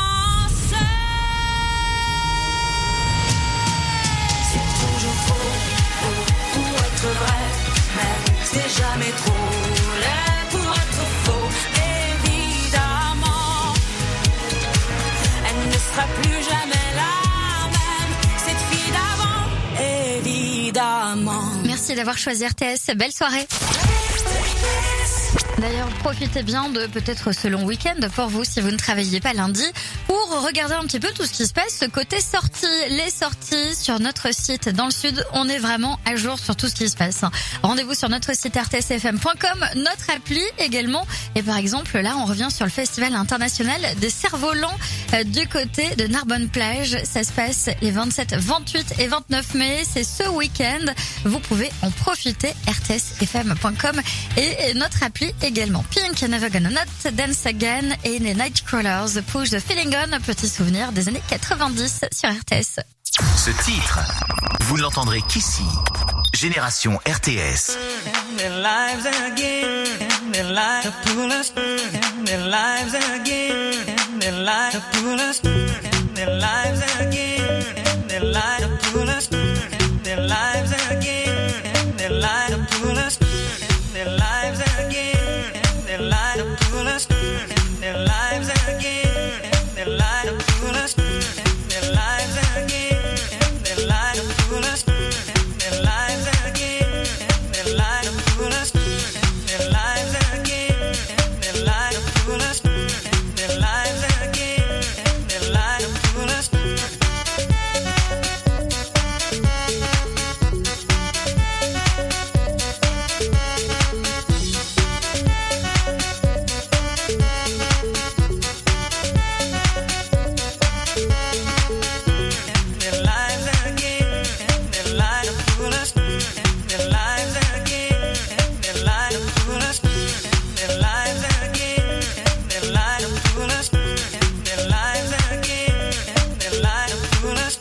C'est toujours faux pour être vrai, mais c'est jamais trop laid pour être faux. Évidemment, elle ne sera plus jamais la même, cette fille d'avant. Évidemment. Merci d'avoir choisi RTS. Belle soirée. D'ailleurs, profitez bien de peut-être ce long week-end pour vous si vous ne travaillez pas lundi pour regarder un petit peu tout ce qui se passe côté sorties. Les sorties sur notre site dans le sud, on est vraiment à jour sur tout ce qui se passe. Rendez-vous sur notre site rtsfm.com, notre appli également. Et par exemple, là, on revient sur le Festival international des cerfs-volants du côté de Narbonne-Plage. Ça se passe les 27, 28 et 29 mai. C'est ce week-end. Vous pouvez en profiter, rtsfm.com et notre appli également. Pink, Never Gonna Not Dance Again et les Nightcrawlers, Push the Feeling On, petit souvenir des années 90 sur RTS. Ce titre, vous ne l'entendrez qu'ici. Génération RTS. Their lives again, their lives to pull us, their lives again, their lives to pull us, their lives again, their lives to pull us, their lives again, their lives to pull us, their lives again, their lives to pull us, their lives again, their lives to pull us, their lives again, their lives to pull us, their lives again, their lives to pull us, their lives again, their lives to pull us, their lives again, their lives to pull us. Their lives again, their lives to pull us, their lives again, their lives to pull us, their lives again, their lives to pull us, their lives again, their lives to pull us.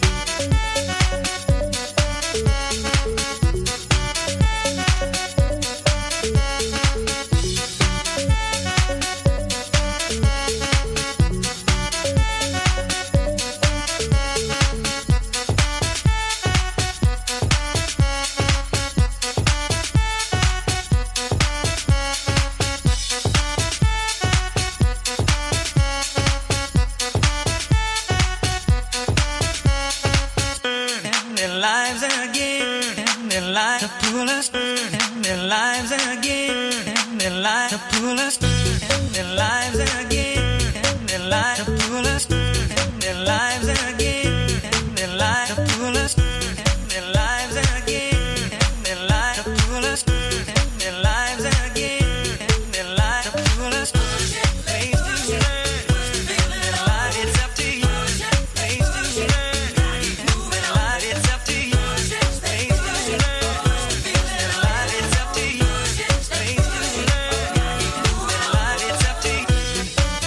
Their lives again, their lives to pull us, their lives again, their lives to pull us, their lives again, their lives to pull us, their lives again, their lives to pull us, their lives again, their lives to pull us, their lives again, their lives to pull us. Place to learn, their life, it's up to you. Place to learn, their life, it's up to you. Place to learn, their life, it's up to you. Place to learn, their life, it's up to you.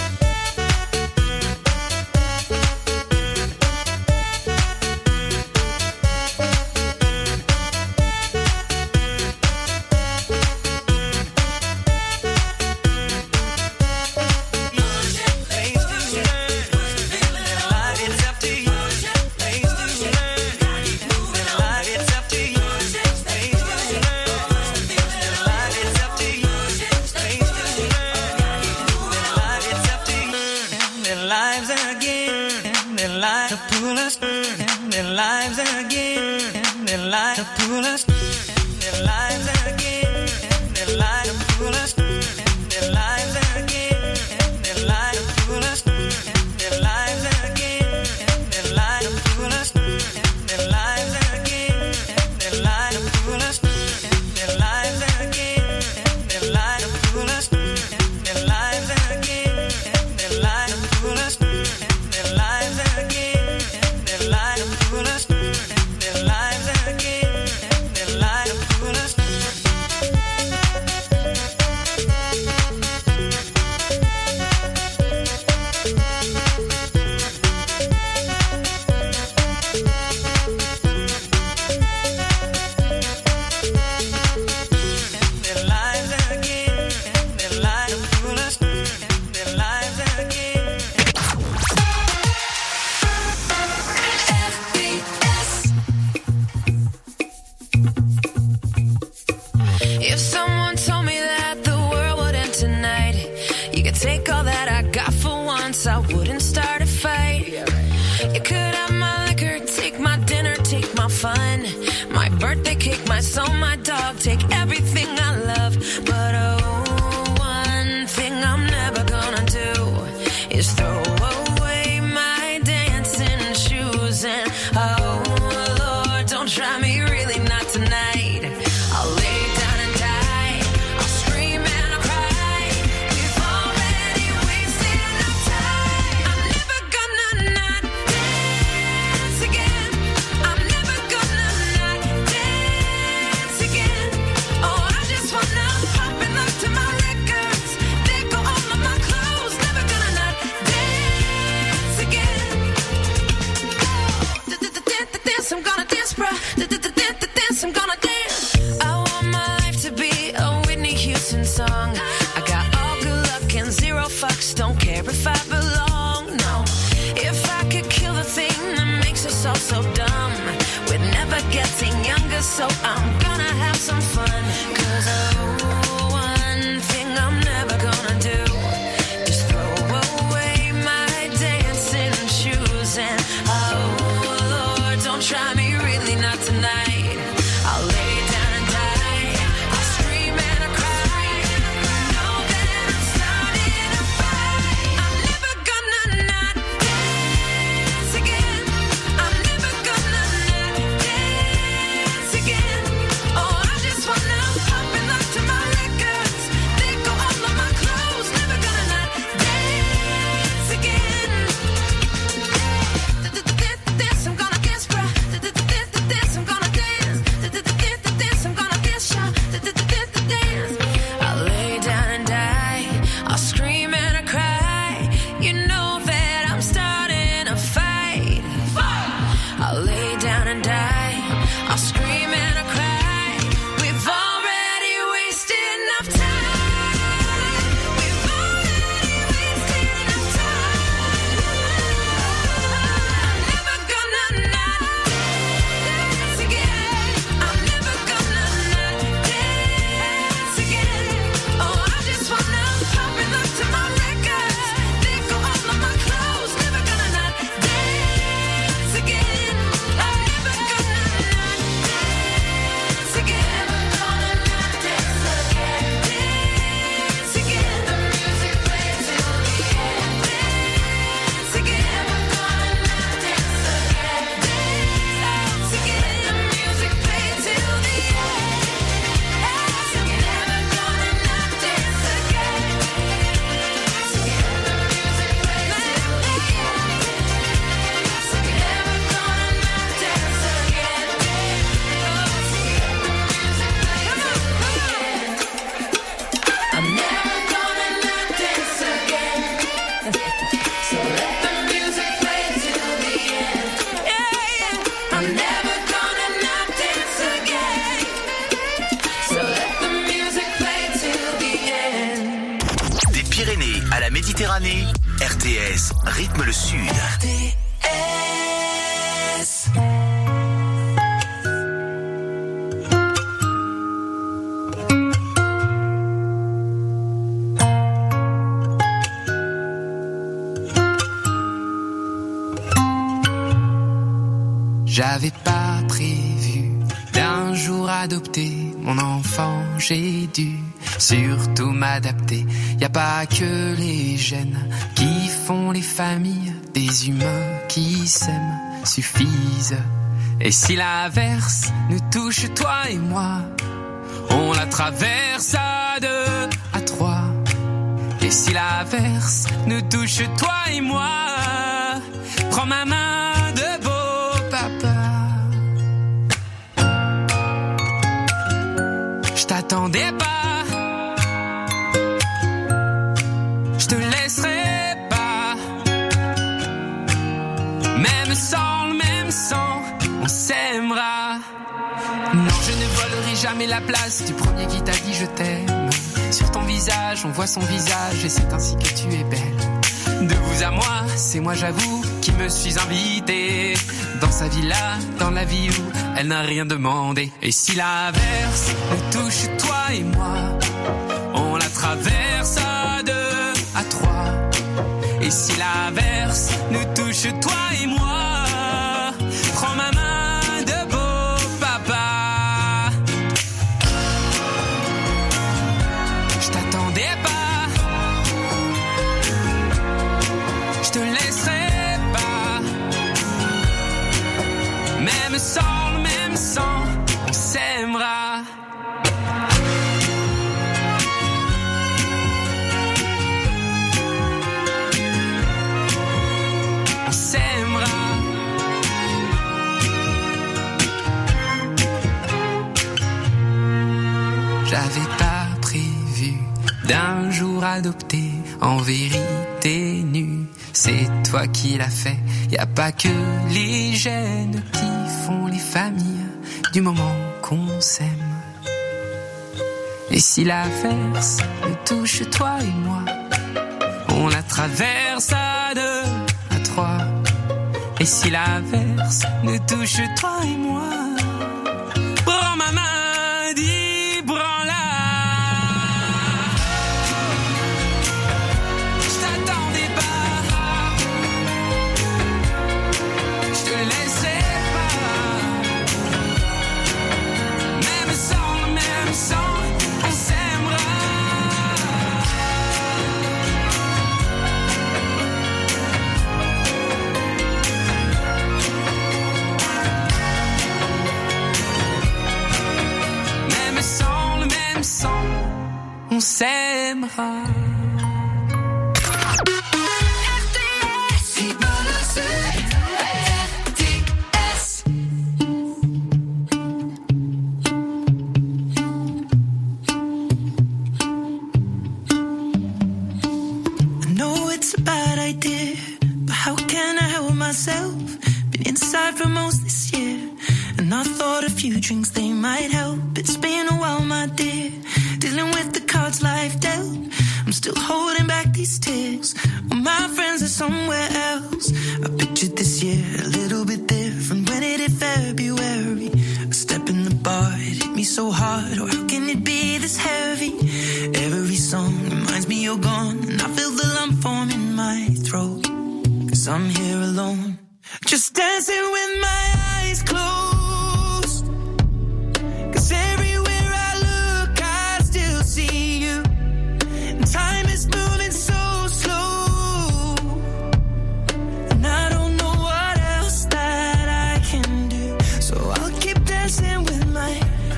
Someone told me that the world would end tonight. You could take all that I got for once, I wouldn't start a fight. You could have my liquor, take my dinner, take my fun, my birthday cake, my soul, my dog, take everything I love. But oh, one thing I'm never gonna do is throw away my dancing shoes. And oh Lord, don't try me, really not tonight. I'll lay down and die, I'll scream and I'll cry. We've already wasted enough time. I'm never gonna not dance again. I'm never gonna not dance again. Oh, I just wanna pop and look to my records. They go all of my clothes. Never gonna not dance again. Dance, I'm gonna dance, bruh. Dance, I'm gonna dance. I want my life to be a Whitney Houston song. I got all good luck and zero fucks. Don't care if I belong, no. If I could kill the thing that makes us all so dumb, we're never getting younger, so I'm gonna have some fun. 'Cause oh, one thing I'm never gonna do is throw away my dancing shoes. And oh Lord, don't try me, really not tonight. I'll lay down and die, I'll scream and I'll cry. Know that I'm starting a fight. I'm never gonna not dance again. I'm never gonna not dance again. Oh, I just wanna pop and look to my records. They go all of my clothes. Never gonna not dance again. Dance, I'm gonna dance, bruh. Dance, I'm gonna dance. Dance, I'm gonna dance, y'all. Dance. I'll lay down and die, I'll scream and I'll cry. You know that I'm starting a fight. I'll lay down and die, I'll scream and I'll cry. We've already wasted enough time. We've already wasted enough time. I'm never gonna not dance again. I'm never gonna not dance again. Oh, I just wanna pop and look to my records. They go all of my clothes. Never gonna not dance again. I'm never gonna not dance again. Never gonna not dance again. Dance again. The music plays till the end. Dance again. Never gonna not dance again. Dance again. The music plays till the end. Dance again. Never gonna not dance again. Dance again. The music plays till the end. Dance again. Never gonna not dance again. I'm never gonna not dance again. So let the music play till the end. Yeah. I'm never gonna not dance again. So let the music play till the end. Des Pyrénées à la Méditerranée, RTS rythme le Sud. J'avais pas prévu d'un jour adopter mon enfant, j'ai dû surtout m'adapter. Y a pas que les gènes qui font les familles, des humains qui s'aiment suffisent. Et si l'inverse nous touche, toi et moi, on la traverse à deux, à trois. Et si l'inverse nous touche, toi et moi, prends ma main de beau papa. Je t'attendais pas, je te laisserai pas. Même sans le même sang, on s'aimera. Non, je ne volerai jamais la place du premier qui t'a dit je t'aime. Sur ton visage, on voit son visage et c'est ainsi que tu es belle. De vous à moi, c'est moi j'avoue qui me suis invité dans sa villa, dans la vie où elle n'a rien demandé. Et si l'averse nous touche toi et moi, on la traverse à deux, à trois. Et si l'averse nous touche toi et moi, prends ma main de beau papa. Je t'attendais pas, je te laisserai pas. Même sans le même sang, on s'aimera. On s'aimera. J'avais pas prévu d'un jour adopter en vérité nue. C'est toi qui l'as fait. Y a pas que les gènes qui font les familles du moment qu'on s'aime. Et si l'averse nous touche toi et moi, on la traverse à deux, à trois. Et si l'averse nous touche toi et moi, prends ma main, dis branle-la. Je t'attendais pas, je te laisserai pas. Même sans le même sang, on s'aimera. Même sans le même sang, on s'aimera. I know it's a bad idea, but how can I help myself? Been inside for most this year, and I thought a few drinks they might help. It's been a while, my dear, dealing with the cards life dealt. I'm still holding back these tears, well, my friends are somewhere else. I pictured this year a little bit different when it hit February. A step in the bar, it hit me so hard, or how can it be this heavy? Every song reminds me you're gone, and I feel the lump form in my throat, 'cause I'm here alone, just dancing with my eyes closed. 'Cause everywhere I look, I still see you. And time is moving so slow, and I don't know what else that I can do. So I'll keep dancing with my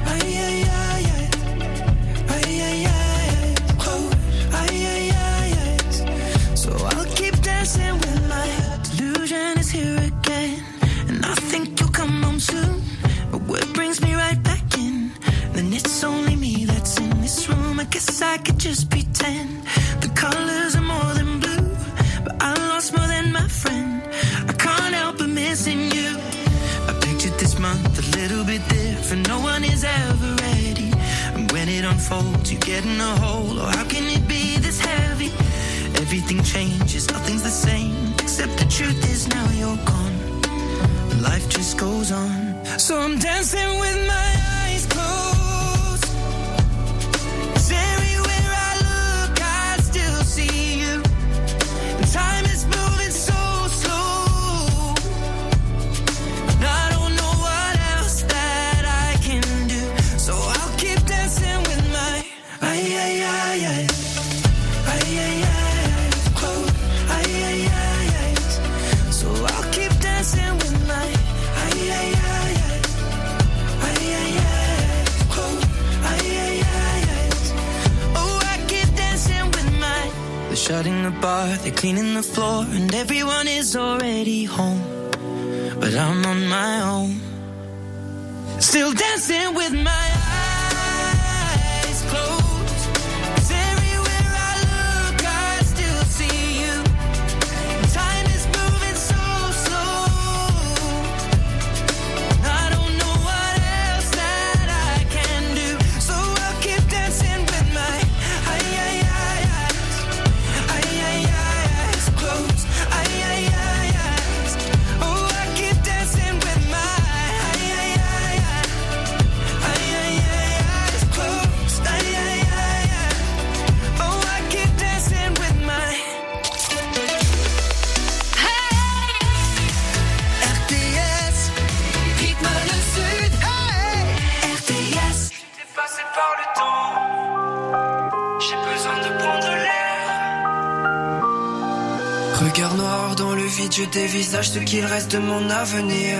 so I'll keep dancing with my delusion is here again, and I think you'll come home soon. But what brings me right back in? Then it's only me that's in this room. I guess I could just pretend the colors are more than blue, but I lost more than my friend. I can't help but missing you. I pictured this month a little bit different. No one is ever ready, and when it unfolds, you get in a hole. Or how can it be this heavy? Everything changes, nothing's the same, except the truth is now you're gone. Life just goes on, so I'm dancing with my eyes closed. 'Cause everywhere I look, I still see you. And time is moving so slow, and I don't know what else that I can do. So I'll keep dancing with my so I'll keep dancing with my oh, I keep dancing with my. They're shutting the bar, they're cleaning the floor, and everyone is already home, but I'm on my own, still dancing with my eyes closed. 'Cause everywhere I look, I still see you. Time is moving so slow, and I don't know what else that I can do. So I'll keep dancing with my eyes closed. Regard noir dans le vide, je dévisage ce qu'il reste de mon avenir.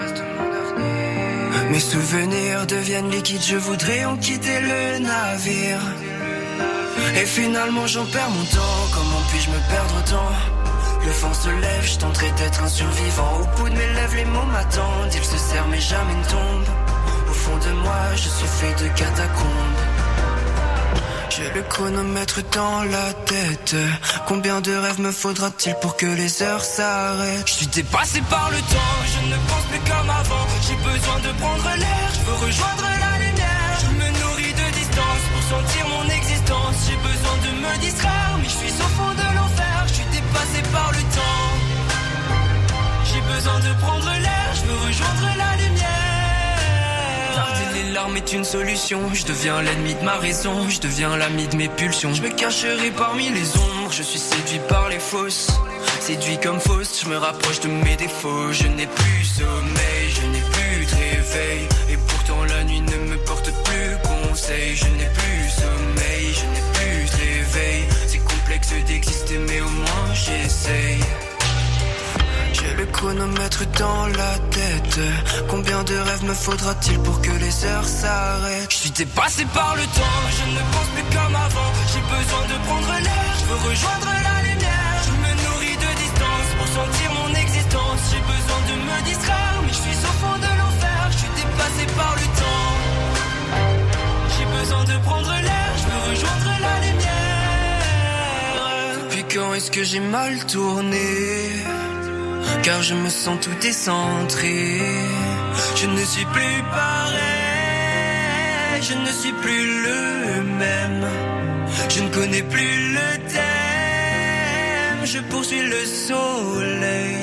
Mes souvenirs deviennent liquides, je voudrais en quitter le navire. Et finalement j'en perds mon temps, comment puis-je me perdre autant? Le vent se lève, je tenterai d'être un survivant. Au bout de mes lèvres les mots m'attendent, ils se serrent mais jamais ne tombent. Au fond de moi je suis fait de catacombes. J'ai le chronomètre dans la tête. Combien de rêves me faudra-t-il pour que les heures s'arrêtent? Je suis dépassé par le temps, je ne pense plus comme avant. J'ai besoin de prendre l'air, je veux rejoindre la lumière. Je me nourris de distance pour sentir mon existence. J'ai besoin de me distraire, mais je suis au fond de l'enfer. Je suis dépassé par le temps. J'ai besoin de prendre l'air, je veux rejoindre la lumière. Tarder les larmes est une solution. Je deviens l'ennemi de ma raison, je deviens l'ami de mes pulsions. Je me cacherai parmi les ombres, je suis séduit par les fausses. Séduit comme fausse, je me rapproche de mes défauts. Je n'ai plus sommeil, je n'ai plus de réveil. Et pourtant la nuit ne me porte plus conseil. Je n'ai plus sommeil, je n'ai plus de réveil. C'est complexe d'exister mais au moins j'essaye. J'ai le chronomètre dans la tête. Combien de rêves me faudra-t-il pour que les heures s'arrêtent? Je suis dépassé par le temps, je ne pense plus comme avant. J'ai besoin de prendre l'air, je veux rejoindre la lumière. Je me nourris de distance pour sentir mon existence. J'ai besoin de me distraire, mais je suis au fond de l'enfer. Je suis dépassé par le temps. J'ai besoin de prendre l'air, je veux rejoindre la lumière. Depuis quand est-ce que j'ai mal tourné? Car je me sens tout décentré. Je ne suis plus pareil, je ne suis plus le même. Je ne connais plus le thème, je poursuis le soleil.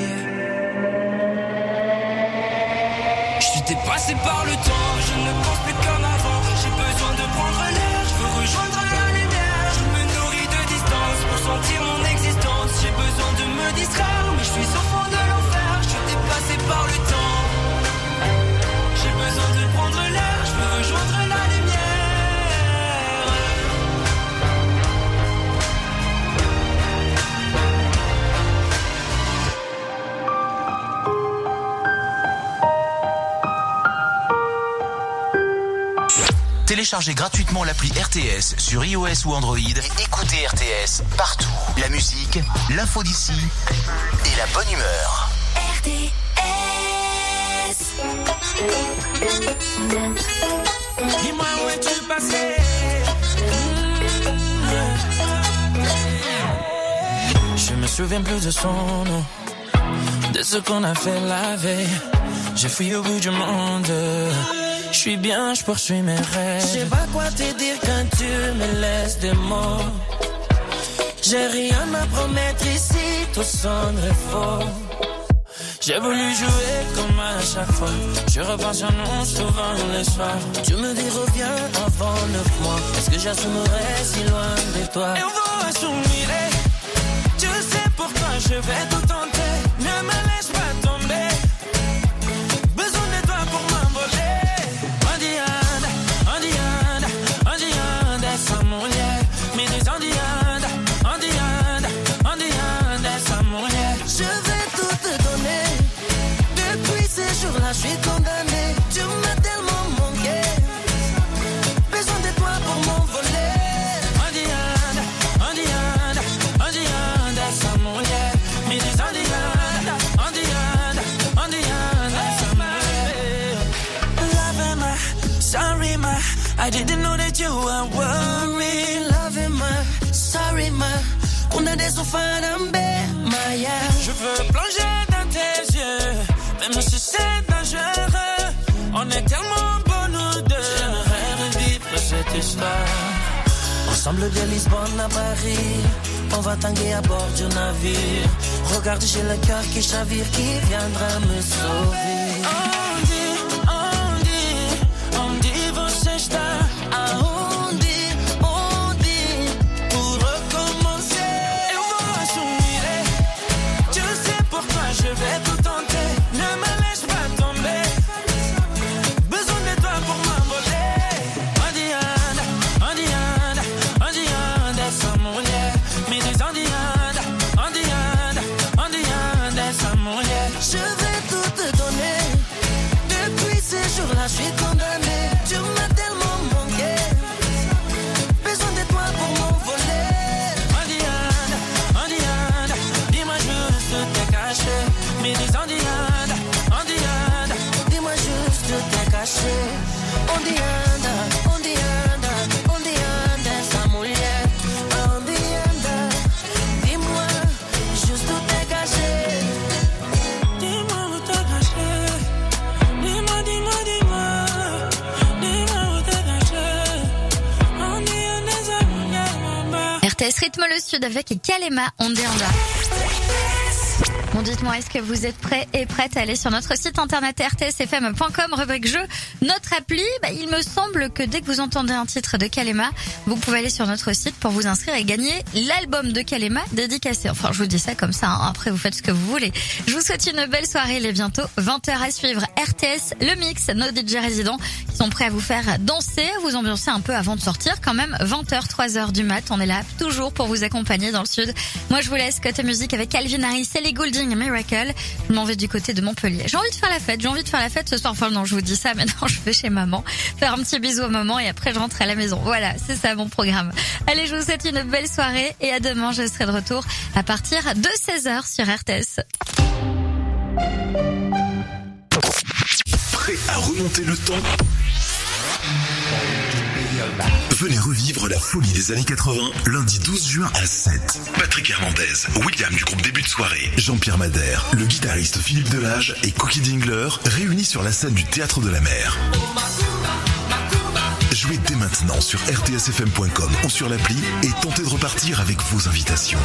Je suis dépassé par le temps, je ne pense plus comme avant. J'ai besoin de prendre l'air, je veux rejoindre la lumière. Je me nourris de distance pour sentir mon existence. J'ai besoin de me distraire, mais je suis au fond de l'enfer. Je suis dépassé par le temps. J'ai besoin de prendre l'air, je veux rejoindre la Téléchargez gratuitement l'appli RTS sur iOS ou Android et écoutez RTS partout. La musique, l'info d'ici et la bonne humeur. RTS. Dis-moi où es-tu passé? Je me souviens plus de son nom, de ce qu'on a fait la veille. J'ai fui au bout du monde. Je suis bien, je poursuis mes rêves. Je sais pas quoi te dire quand tu me laisses des mots. J'ai rien à promettre ici, tout sonnerait faux. J'ai voulu jouer comme à chaque fois. Je repense à nous souvent le soir. Tu me dis reviens avant 9 mois. Est-ce que j'assumerai si loin de toi? Et on va assumer. Tu sais pourquoi je vais tout tenter. Ne me laisse pas tomber. Besoin de toi pour m'envoler. Essa mulher me diz onde anda, essa mulher. Je vais tout te donner. Depuis ces jours-là, je suis condamné. Tu m'as tellement manqué. Besoin de toi pour m'envoler. Onde anda, essa mulher. Me diz onde anda, essa mulher. Love ma, sorry ma. I didn't know that you were worried. Loving ma, sorry ma. On a des enfants d'ambé, Maya. Je veux plonger dans tes yeux, même si c'est dangereux. On est tellement bons nous deux. J'aimerais revivre cette histoire. Ensemble de Lisbonne à Paris. On va tanguer à bord du navire. Regarde, j'ai le cœur qui chavire, qui viendra me sauver. RTS rythme le sud avec Kalema Ondéanda. Bon, dites-moi, est-ce que vous êtes prêts et prêtes à aller sur notre site internet rtsfm.com, rubrique jeu, notre appli? Il me semble que dès que vous entendez un titre de Kalema, vous pouvez aller sur notre site pour vous inscrire et gagner l'album de Kalema dédicacé. Enfin, je vous dis ça comme ça, hein. Après vous faites ce que vous voulez. Je vous souhaite une belle soirée, il est bientôt 20h à suivre. RTS, le mix, nos DJ résidents qui sont prêts à vous faire danser, à vous ambiancer un peu avant de sortir. Quand même, 20h, 3h du mat, on est là toujours pour vous accompagner dans le sud. Moi, je vous laisse côté musique avec Calvin Harris et les Goulding Miracle. Je m'en vais du côté de Montpellier. J'ai envie de faire la fête ce soir. Enfin non, je vous dis ça, mais non, je vais chez maman faire un petit bisou à maman et après je rentre à la maison. Voilà, c'est ça mon programme. Allez, je vous souhaite une belle soirée et à demain, je serai de retour à partir de 16h sur RTS. Prêt à remonter le temps? Venez revivre la folie des années 80, lundi 12 juin à 7. Patrick Hernandez, William du groupe Début de Soirée, Jean-Pierre Madère, le guitariste Philippe Delage et Cookie Dingler réunis sur la scène du Théâtre de la Mer. Jouez dès maintenant sur rtsfm.com ou sur l'appli et tentez de repartir avec vos invitations.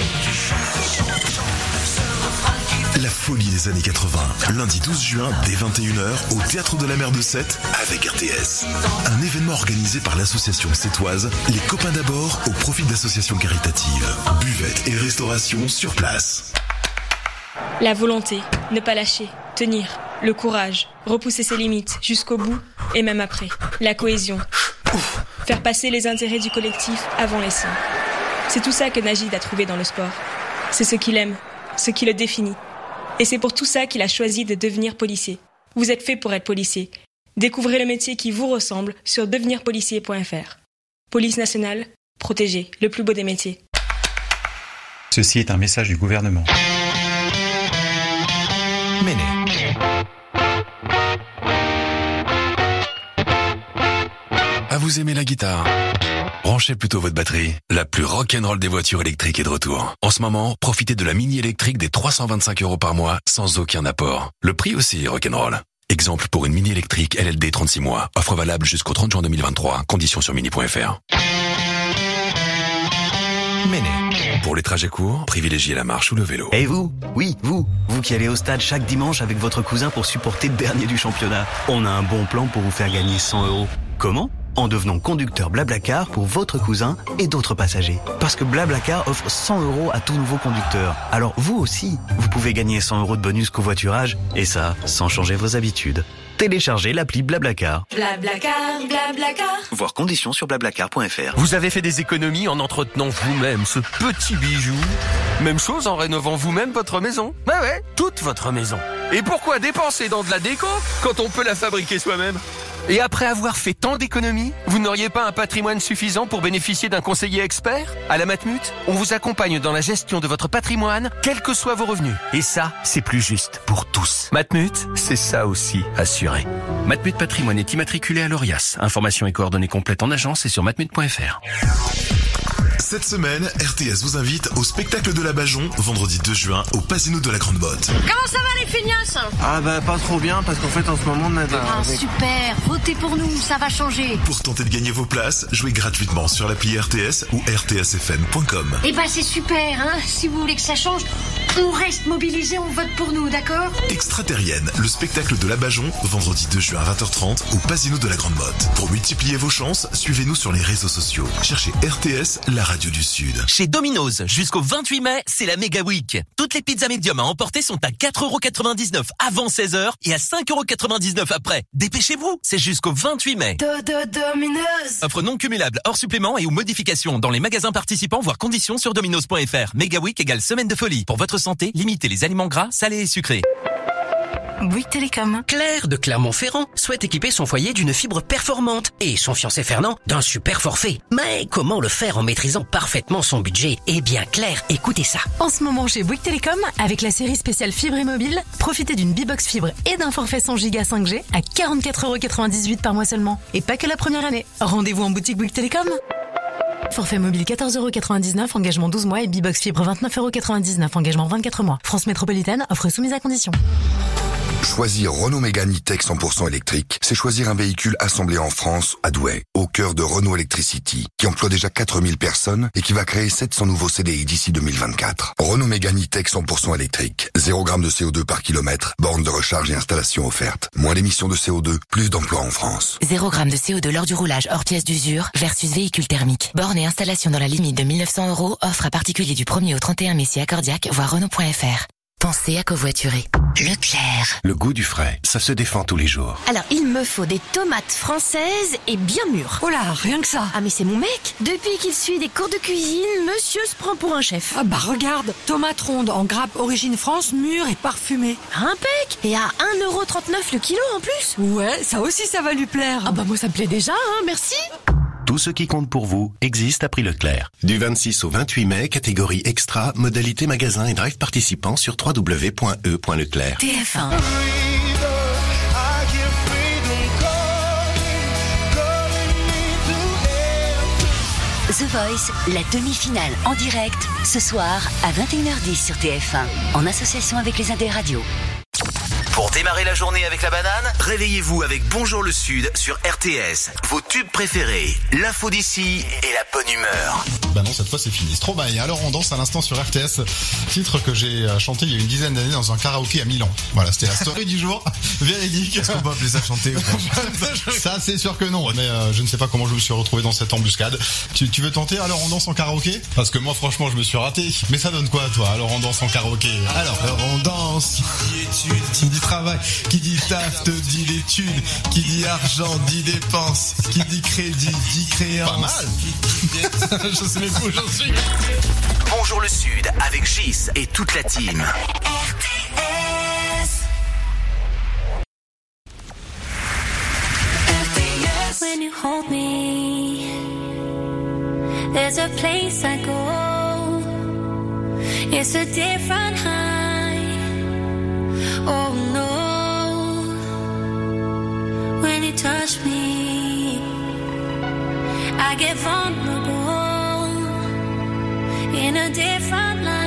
La folie des années 80, lundi 12 juin dès 21h au Théâtre de la Mer de Sète avec RTS. Un événement organisé par l'association sétoise Les Copains d'abord au profit d'associations caritatives. Buvette et restauration sur place. La volonté, ne pas lâcher, tenir, le courage, repousser ses limites jusqu'au bout et même après. La cohésion, faire passer les intérêts du collectif avant les siens. C'est tout ça que Najid a trouvé dans le sport. C'est ce qu'il aime, ce qui le définit. Et c'est pour tout ça qu'il a choisi de devenir policier. Vous êtes fait pour être policier. Découvrez le métier qui vous ressemble sur devenirpolicier.fr. Police nationale, protégée, le plus beau des métiers. Ceci est un message du gouvernement. Méné. Ah, vous aimez la guitare? Branchez plutôt votre batterie. La plus rock'n'roll des voitures électriques est de retour. En ce moment, profitez de la Mini électrique des 325 € par mois sans aucun apport. Le prix aussi est rock'n'roll. Exemple pour une Mini électrique LLD 36 mois. Offre valable jusqu'au 30 juin 2023. Conditions sur mini.fr. Méné. Pour les trajets courts, privilégiez la marche ou le vélo. Et vous? Oui, vous qui allez au stade chaque dimanche avec votre cousin pour supporter le dernier du championnat. On a un bon plan pour vous faire gagner 100 €. Comment? En devenant conducteur Blablacar pour votre cousin et d'autres passagers. Parce que Blablacar offre 100 € à tout nouveau conducteur. Alors vous aussi, vous pouvez gagner 100 € de bonus covoiturage, et ça, sans changer vos habitudes. Téléchargez l'appli Blablacar. Blablacar, Blablacar. Voir conditions sur blablacar.fr. Vous avez fait des économies en entretenant vous-même ce petit bijou. Même chose en rénovant vous-même votre maison. Ouais, toute votre maison. Et pourquoi dépenser dans de la déco quand on peut la fabriquer soi-même? Et après avoir fait tant d'économies, vous n'auriez pas un patrimoine suffisant pour bénéficier d'un conseiller expert? À la Matmut, on vous accompagne dans la gestion de votre patrimoine, quels que soient vos revenus. Et ça, c'est plus juste pour tous. Matmut, c'est ça aussi, assuré. Matmut Patrimoine est immatriculé à l'ORIAS. Informations et coordonnées complètes en agence et sur matmut.fr. Cette semaine, RTS vous invite au spectacle de la Bajon, vendredi 2 juin, au Pasino de la Grande Motte. Comment ça va les feignasses? Ah bah pas trop bien parce qu'en fait en ce moment on a super, votez pour nous, ça va changer. Pour tenter de gagner vos places, jouez gratuitement sur l'appli RTS ou rtsfm.com. Eh ben c'est super, hein. Si vous voulez que ça change, on reste mobilisés, on vote pour nous, d'accord? Extraterrienne, le spectacle de la Bajon, vendredi 2 juin à 20h30 au Pasino de la Grande Motte. Pour multiplier vos chances, suivez-nous sur les réseaux sociaux. Cherchez RTS, la radio du Sud. Chez Domino's, jusqu'au 28 mai, c'est la Mega Week. Toutes les pizzas médium à emporter sont à 4,99 € avant 16h et à 5,99 € après. Dépêchez-vous, c'est jusqu'au 28 mai. Domino's. Offre non cumulable, hors supplément et ou modification dans les magasins participants, voire conditions sur dominos.fr. Mega Week égale semaine de folie. Pour votre santé, limitez les aliments gras, salés et sucrés. Bouygues Télécom. Claire de Clermont-Ferrand souhaite équiper son foyer d'une fibre performante et son fiancé Fernand d'un super forfait. Mais comment le faire en maîtrisant parfaitement son budget? Eh bien Claire, écoutez ça. En ce moment chez Bouygues Télécom, avec la série spéciale fibre et mobile, profitez d'une B-Box fibre et d'un forfait 100 Go 5G à 44,98 € par mois seulement. Et pas que la première année. Rendez-vous en boutique Bouygues Télécom. Forfait mobile 14,99 €, engagement 12 mois et B-Box fibre 29,99 €, engagement 24 mois. France métropolitaine, offre soumise à condition. Choisir Renault Mégane E-Tech 100% électrique, c'est choisir un véhicule assemblé en France, à Douai, au cœur de Renault Electricity, qui emploie déjà 4000 personnes et qui va créer 700 nouveaux CDI d'ici 2024. Renault Mégane E-Tech 100% électrique. 0 g de CO2 par kilomètre, borne de recharge et installation offerte. Moins d'émissions de CO2, plus d'emplois en France. 0 g de CO2 lors du roulage hors pièce d'usure versus véhicule thermique. Borne et installation dans la limite de 1 900 €. Offre à particulier du 1er au 31 mai si accordiaque, voir Renault.fr. Pensez à covoiturer. Leclerc. Le goût du frais, ça se défend tous les jours. Alors, il me faut des tomates françaises et bien mûres. Oh là, rien que ça. Ah mais c'est mon mec. Depuis qu'il suit des cours de cuisine, monsieur se prend pour un chef. Ah bah regarde, tomates rondes en grappe origine France, mûres et parfumées. Impec. Et à 1,39 € le kilo en plus. Ouais, ça aussi ça va lui plaire. Ah bah moi ça me plaît déjà, hein, merci. Tout ce qui compte pour vous existe à prix Leclerc. Du 26 au 28 mai, catégorie extra, modalité magasin et drive participants sur www.e.leclerc. TF1. The Voice, la demi-finale en direct, ce soir à 21h10 sur TF1, en association avec les Indes Radio. Pour démarrer la journée avec la banane, réveillez-vous avec Bonjour le Sud sur RTS. Vos tubes préférés, l'info d'ici et la bonne humeur. Bah non, cette fois c'est fini. Stromae. Alors on danse à l'instant sur RTS, titre que j'ai chanté il y a une dizaine d'années dans un karaoké à Milan. Voilà, c'était la story du jour, véridique. Est-ce qu'on peut appeler ça chanter ou pas? Ça c'est sûr que non, mais je ne sais pas comment je me suis retrouvé dans cette embuscade. Tu veux tenter Alors on danse en karaoké? Parce que moi franchement je me suis raté. Mais ça donne quoi toi? Alors on danse en karaoké. Alors on danse. Qui dit travail, qui dit taf te dit l'étude, qui dit argent dit dépense, qui dit crédit dit créance. Pas mal. Je sais même pas où j'en suis. Bonjour le Sud avec Gis et toute la team. When you hold me, there's a place I go. It's a different high. Oh no, when you touch me, I get vulnerable in a different light.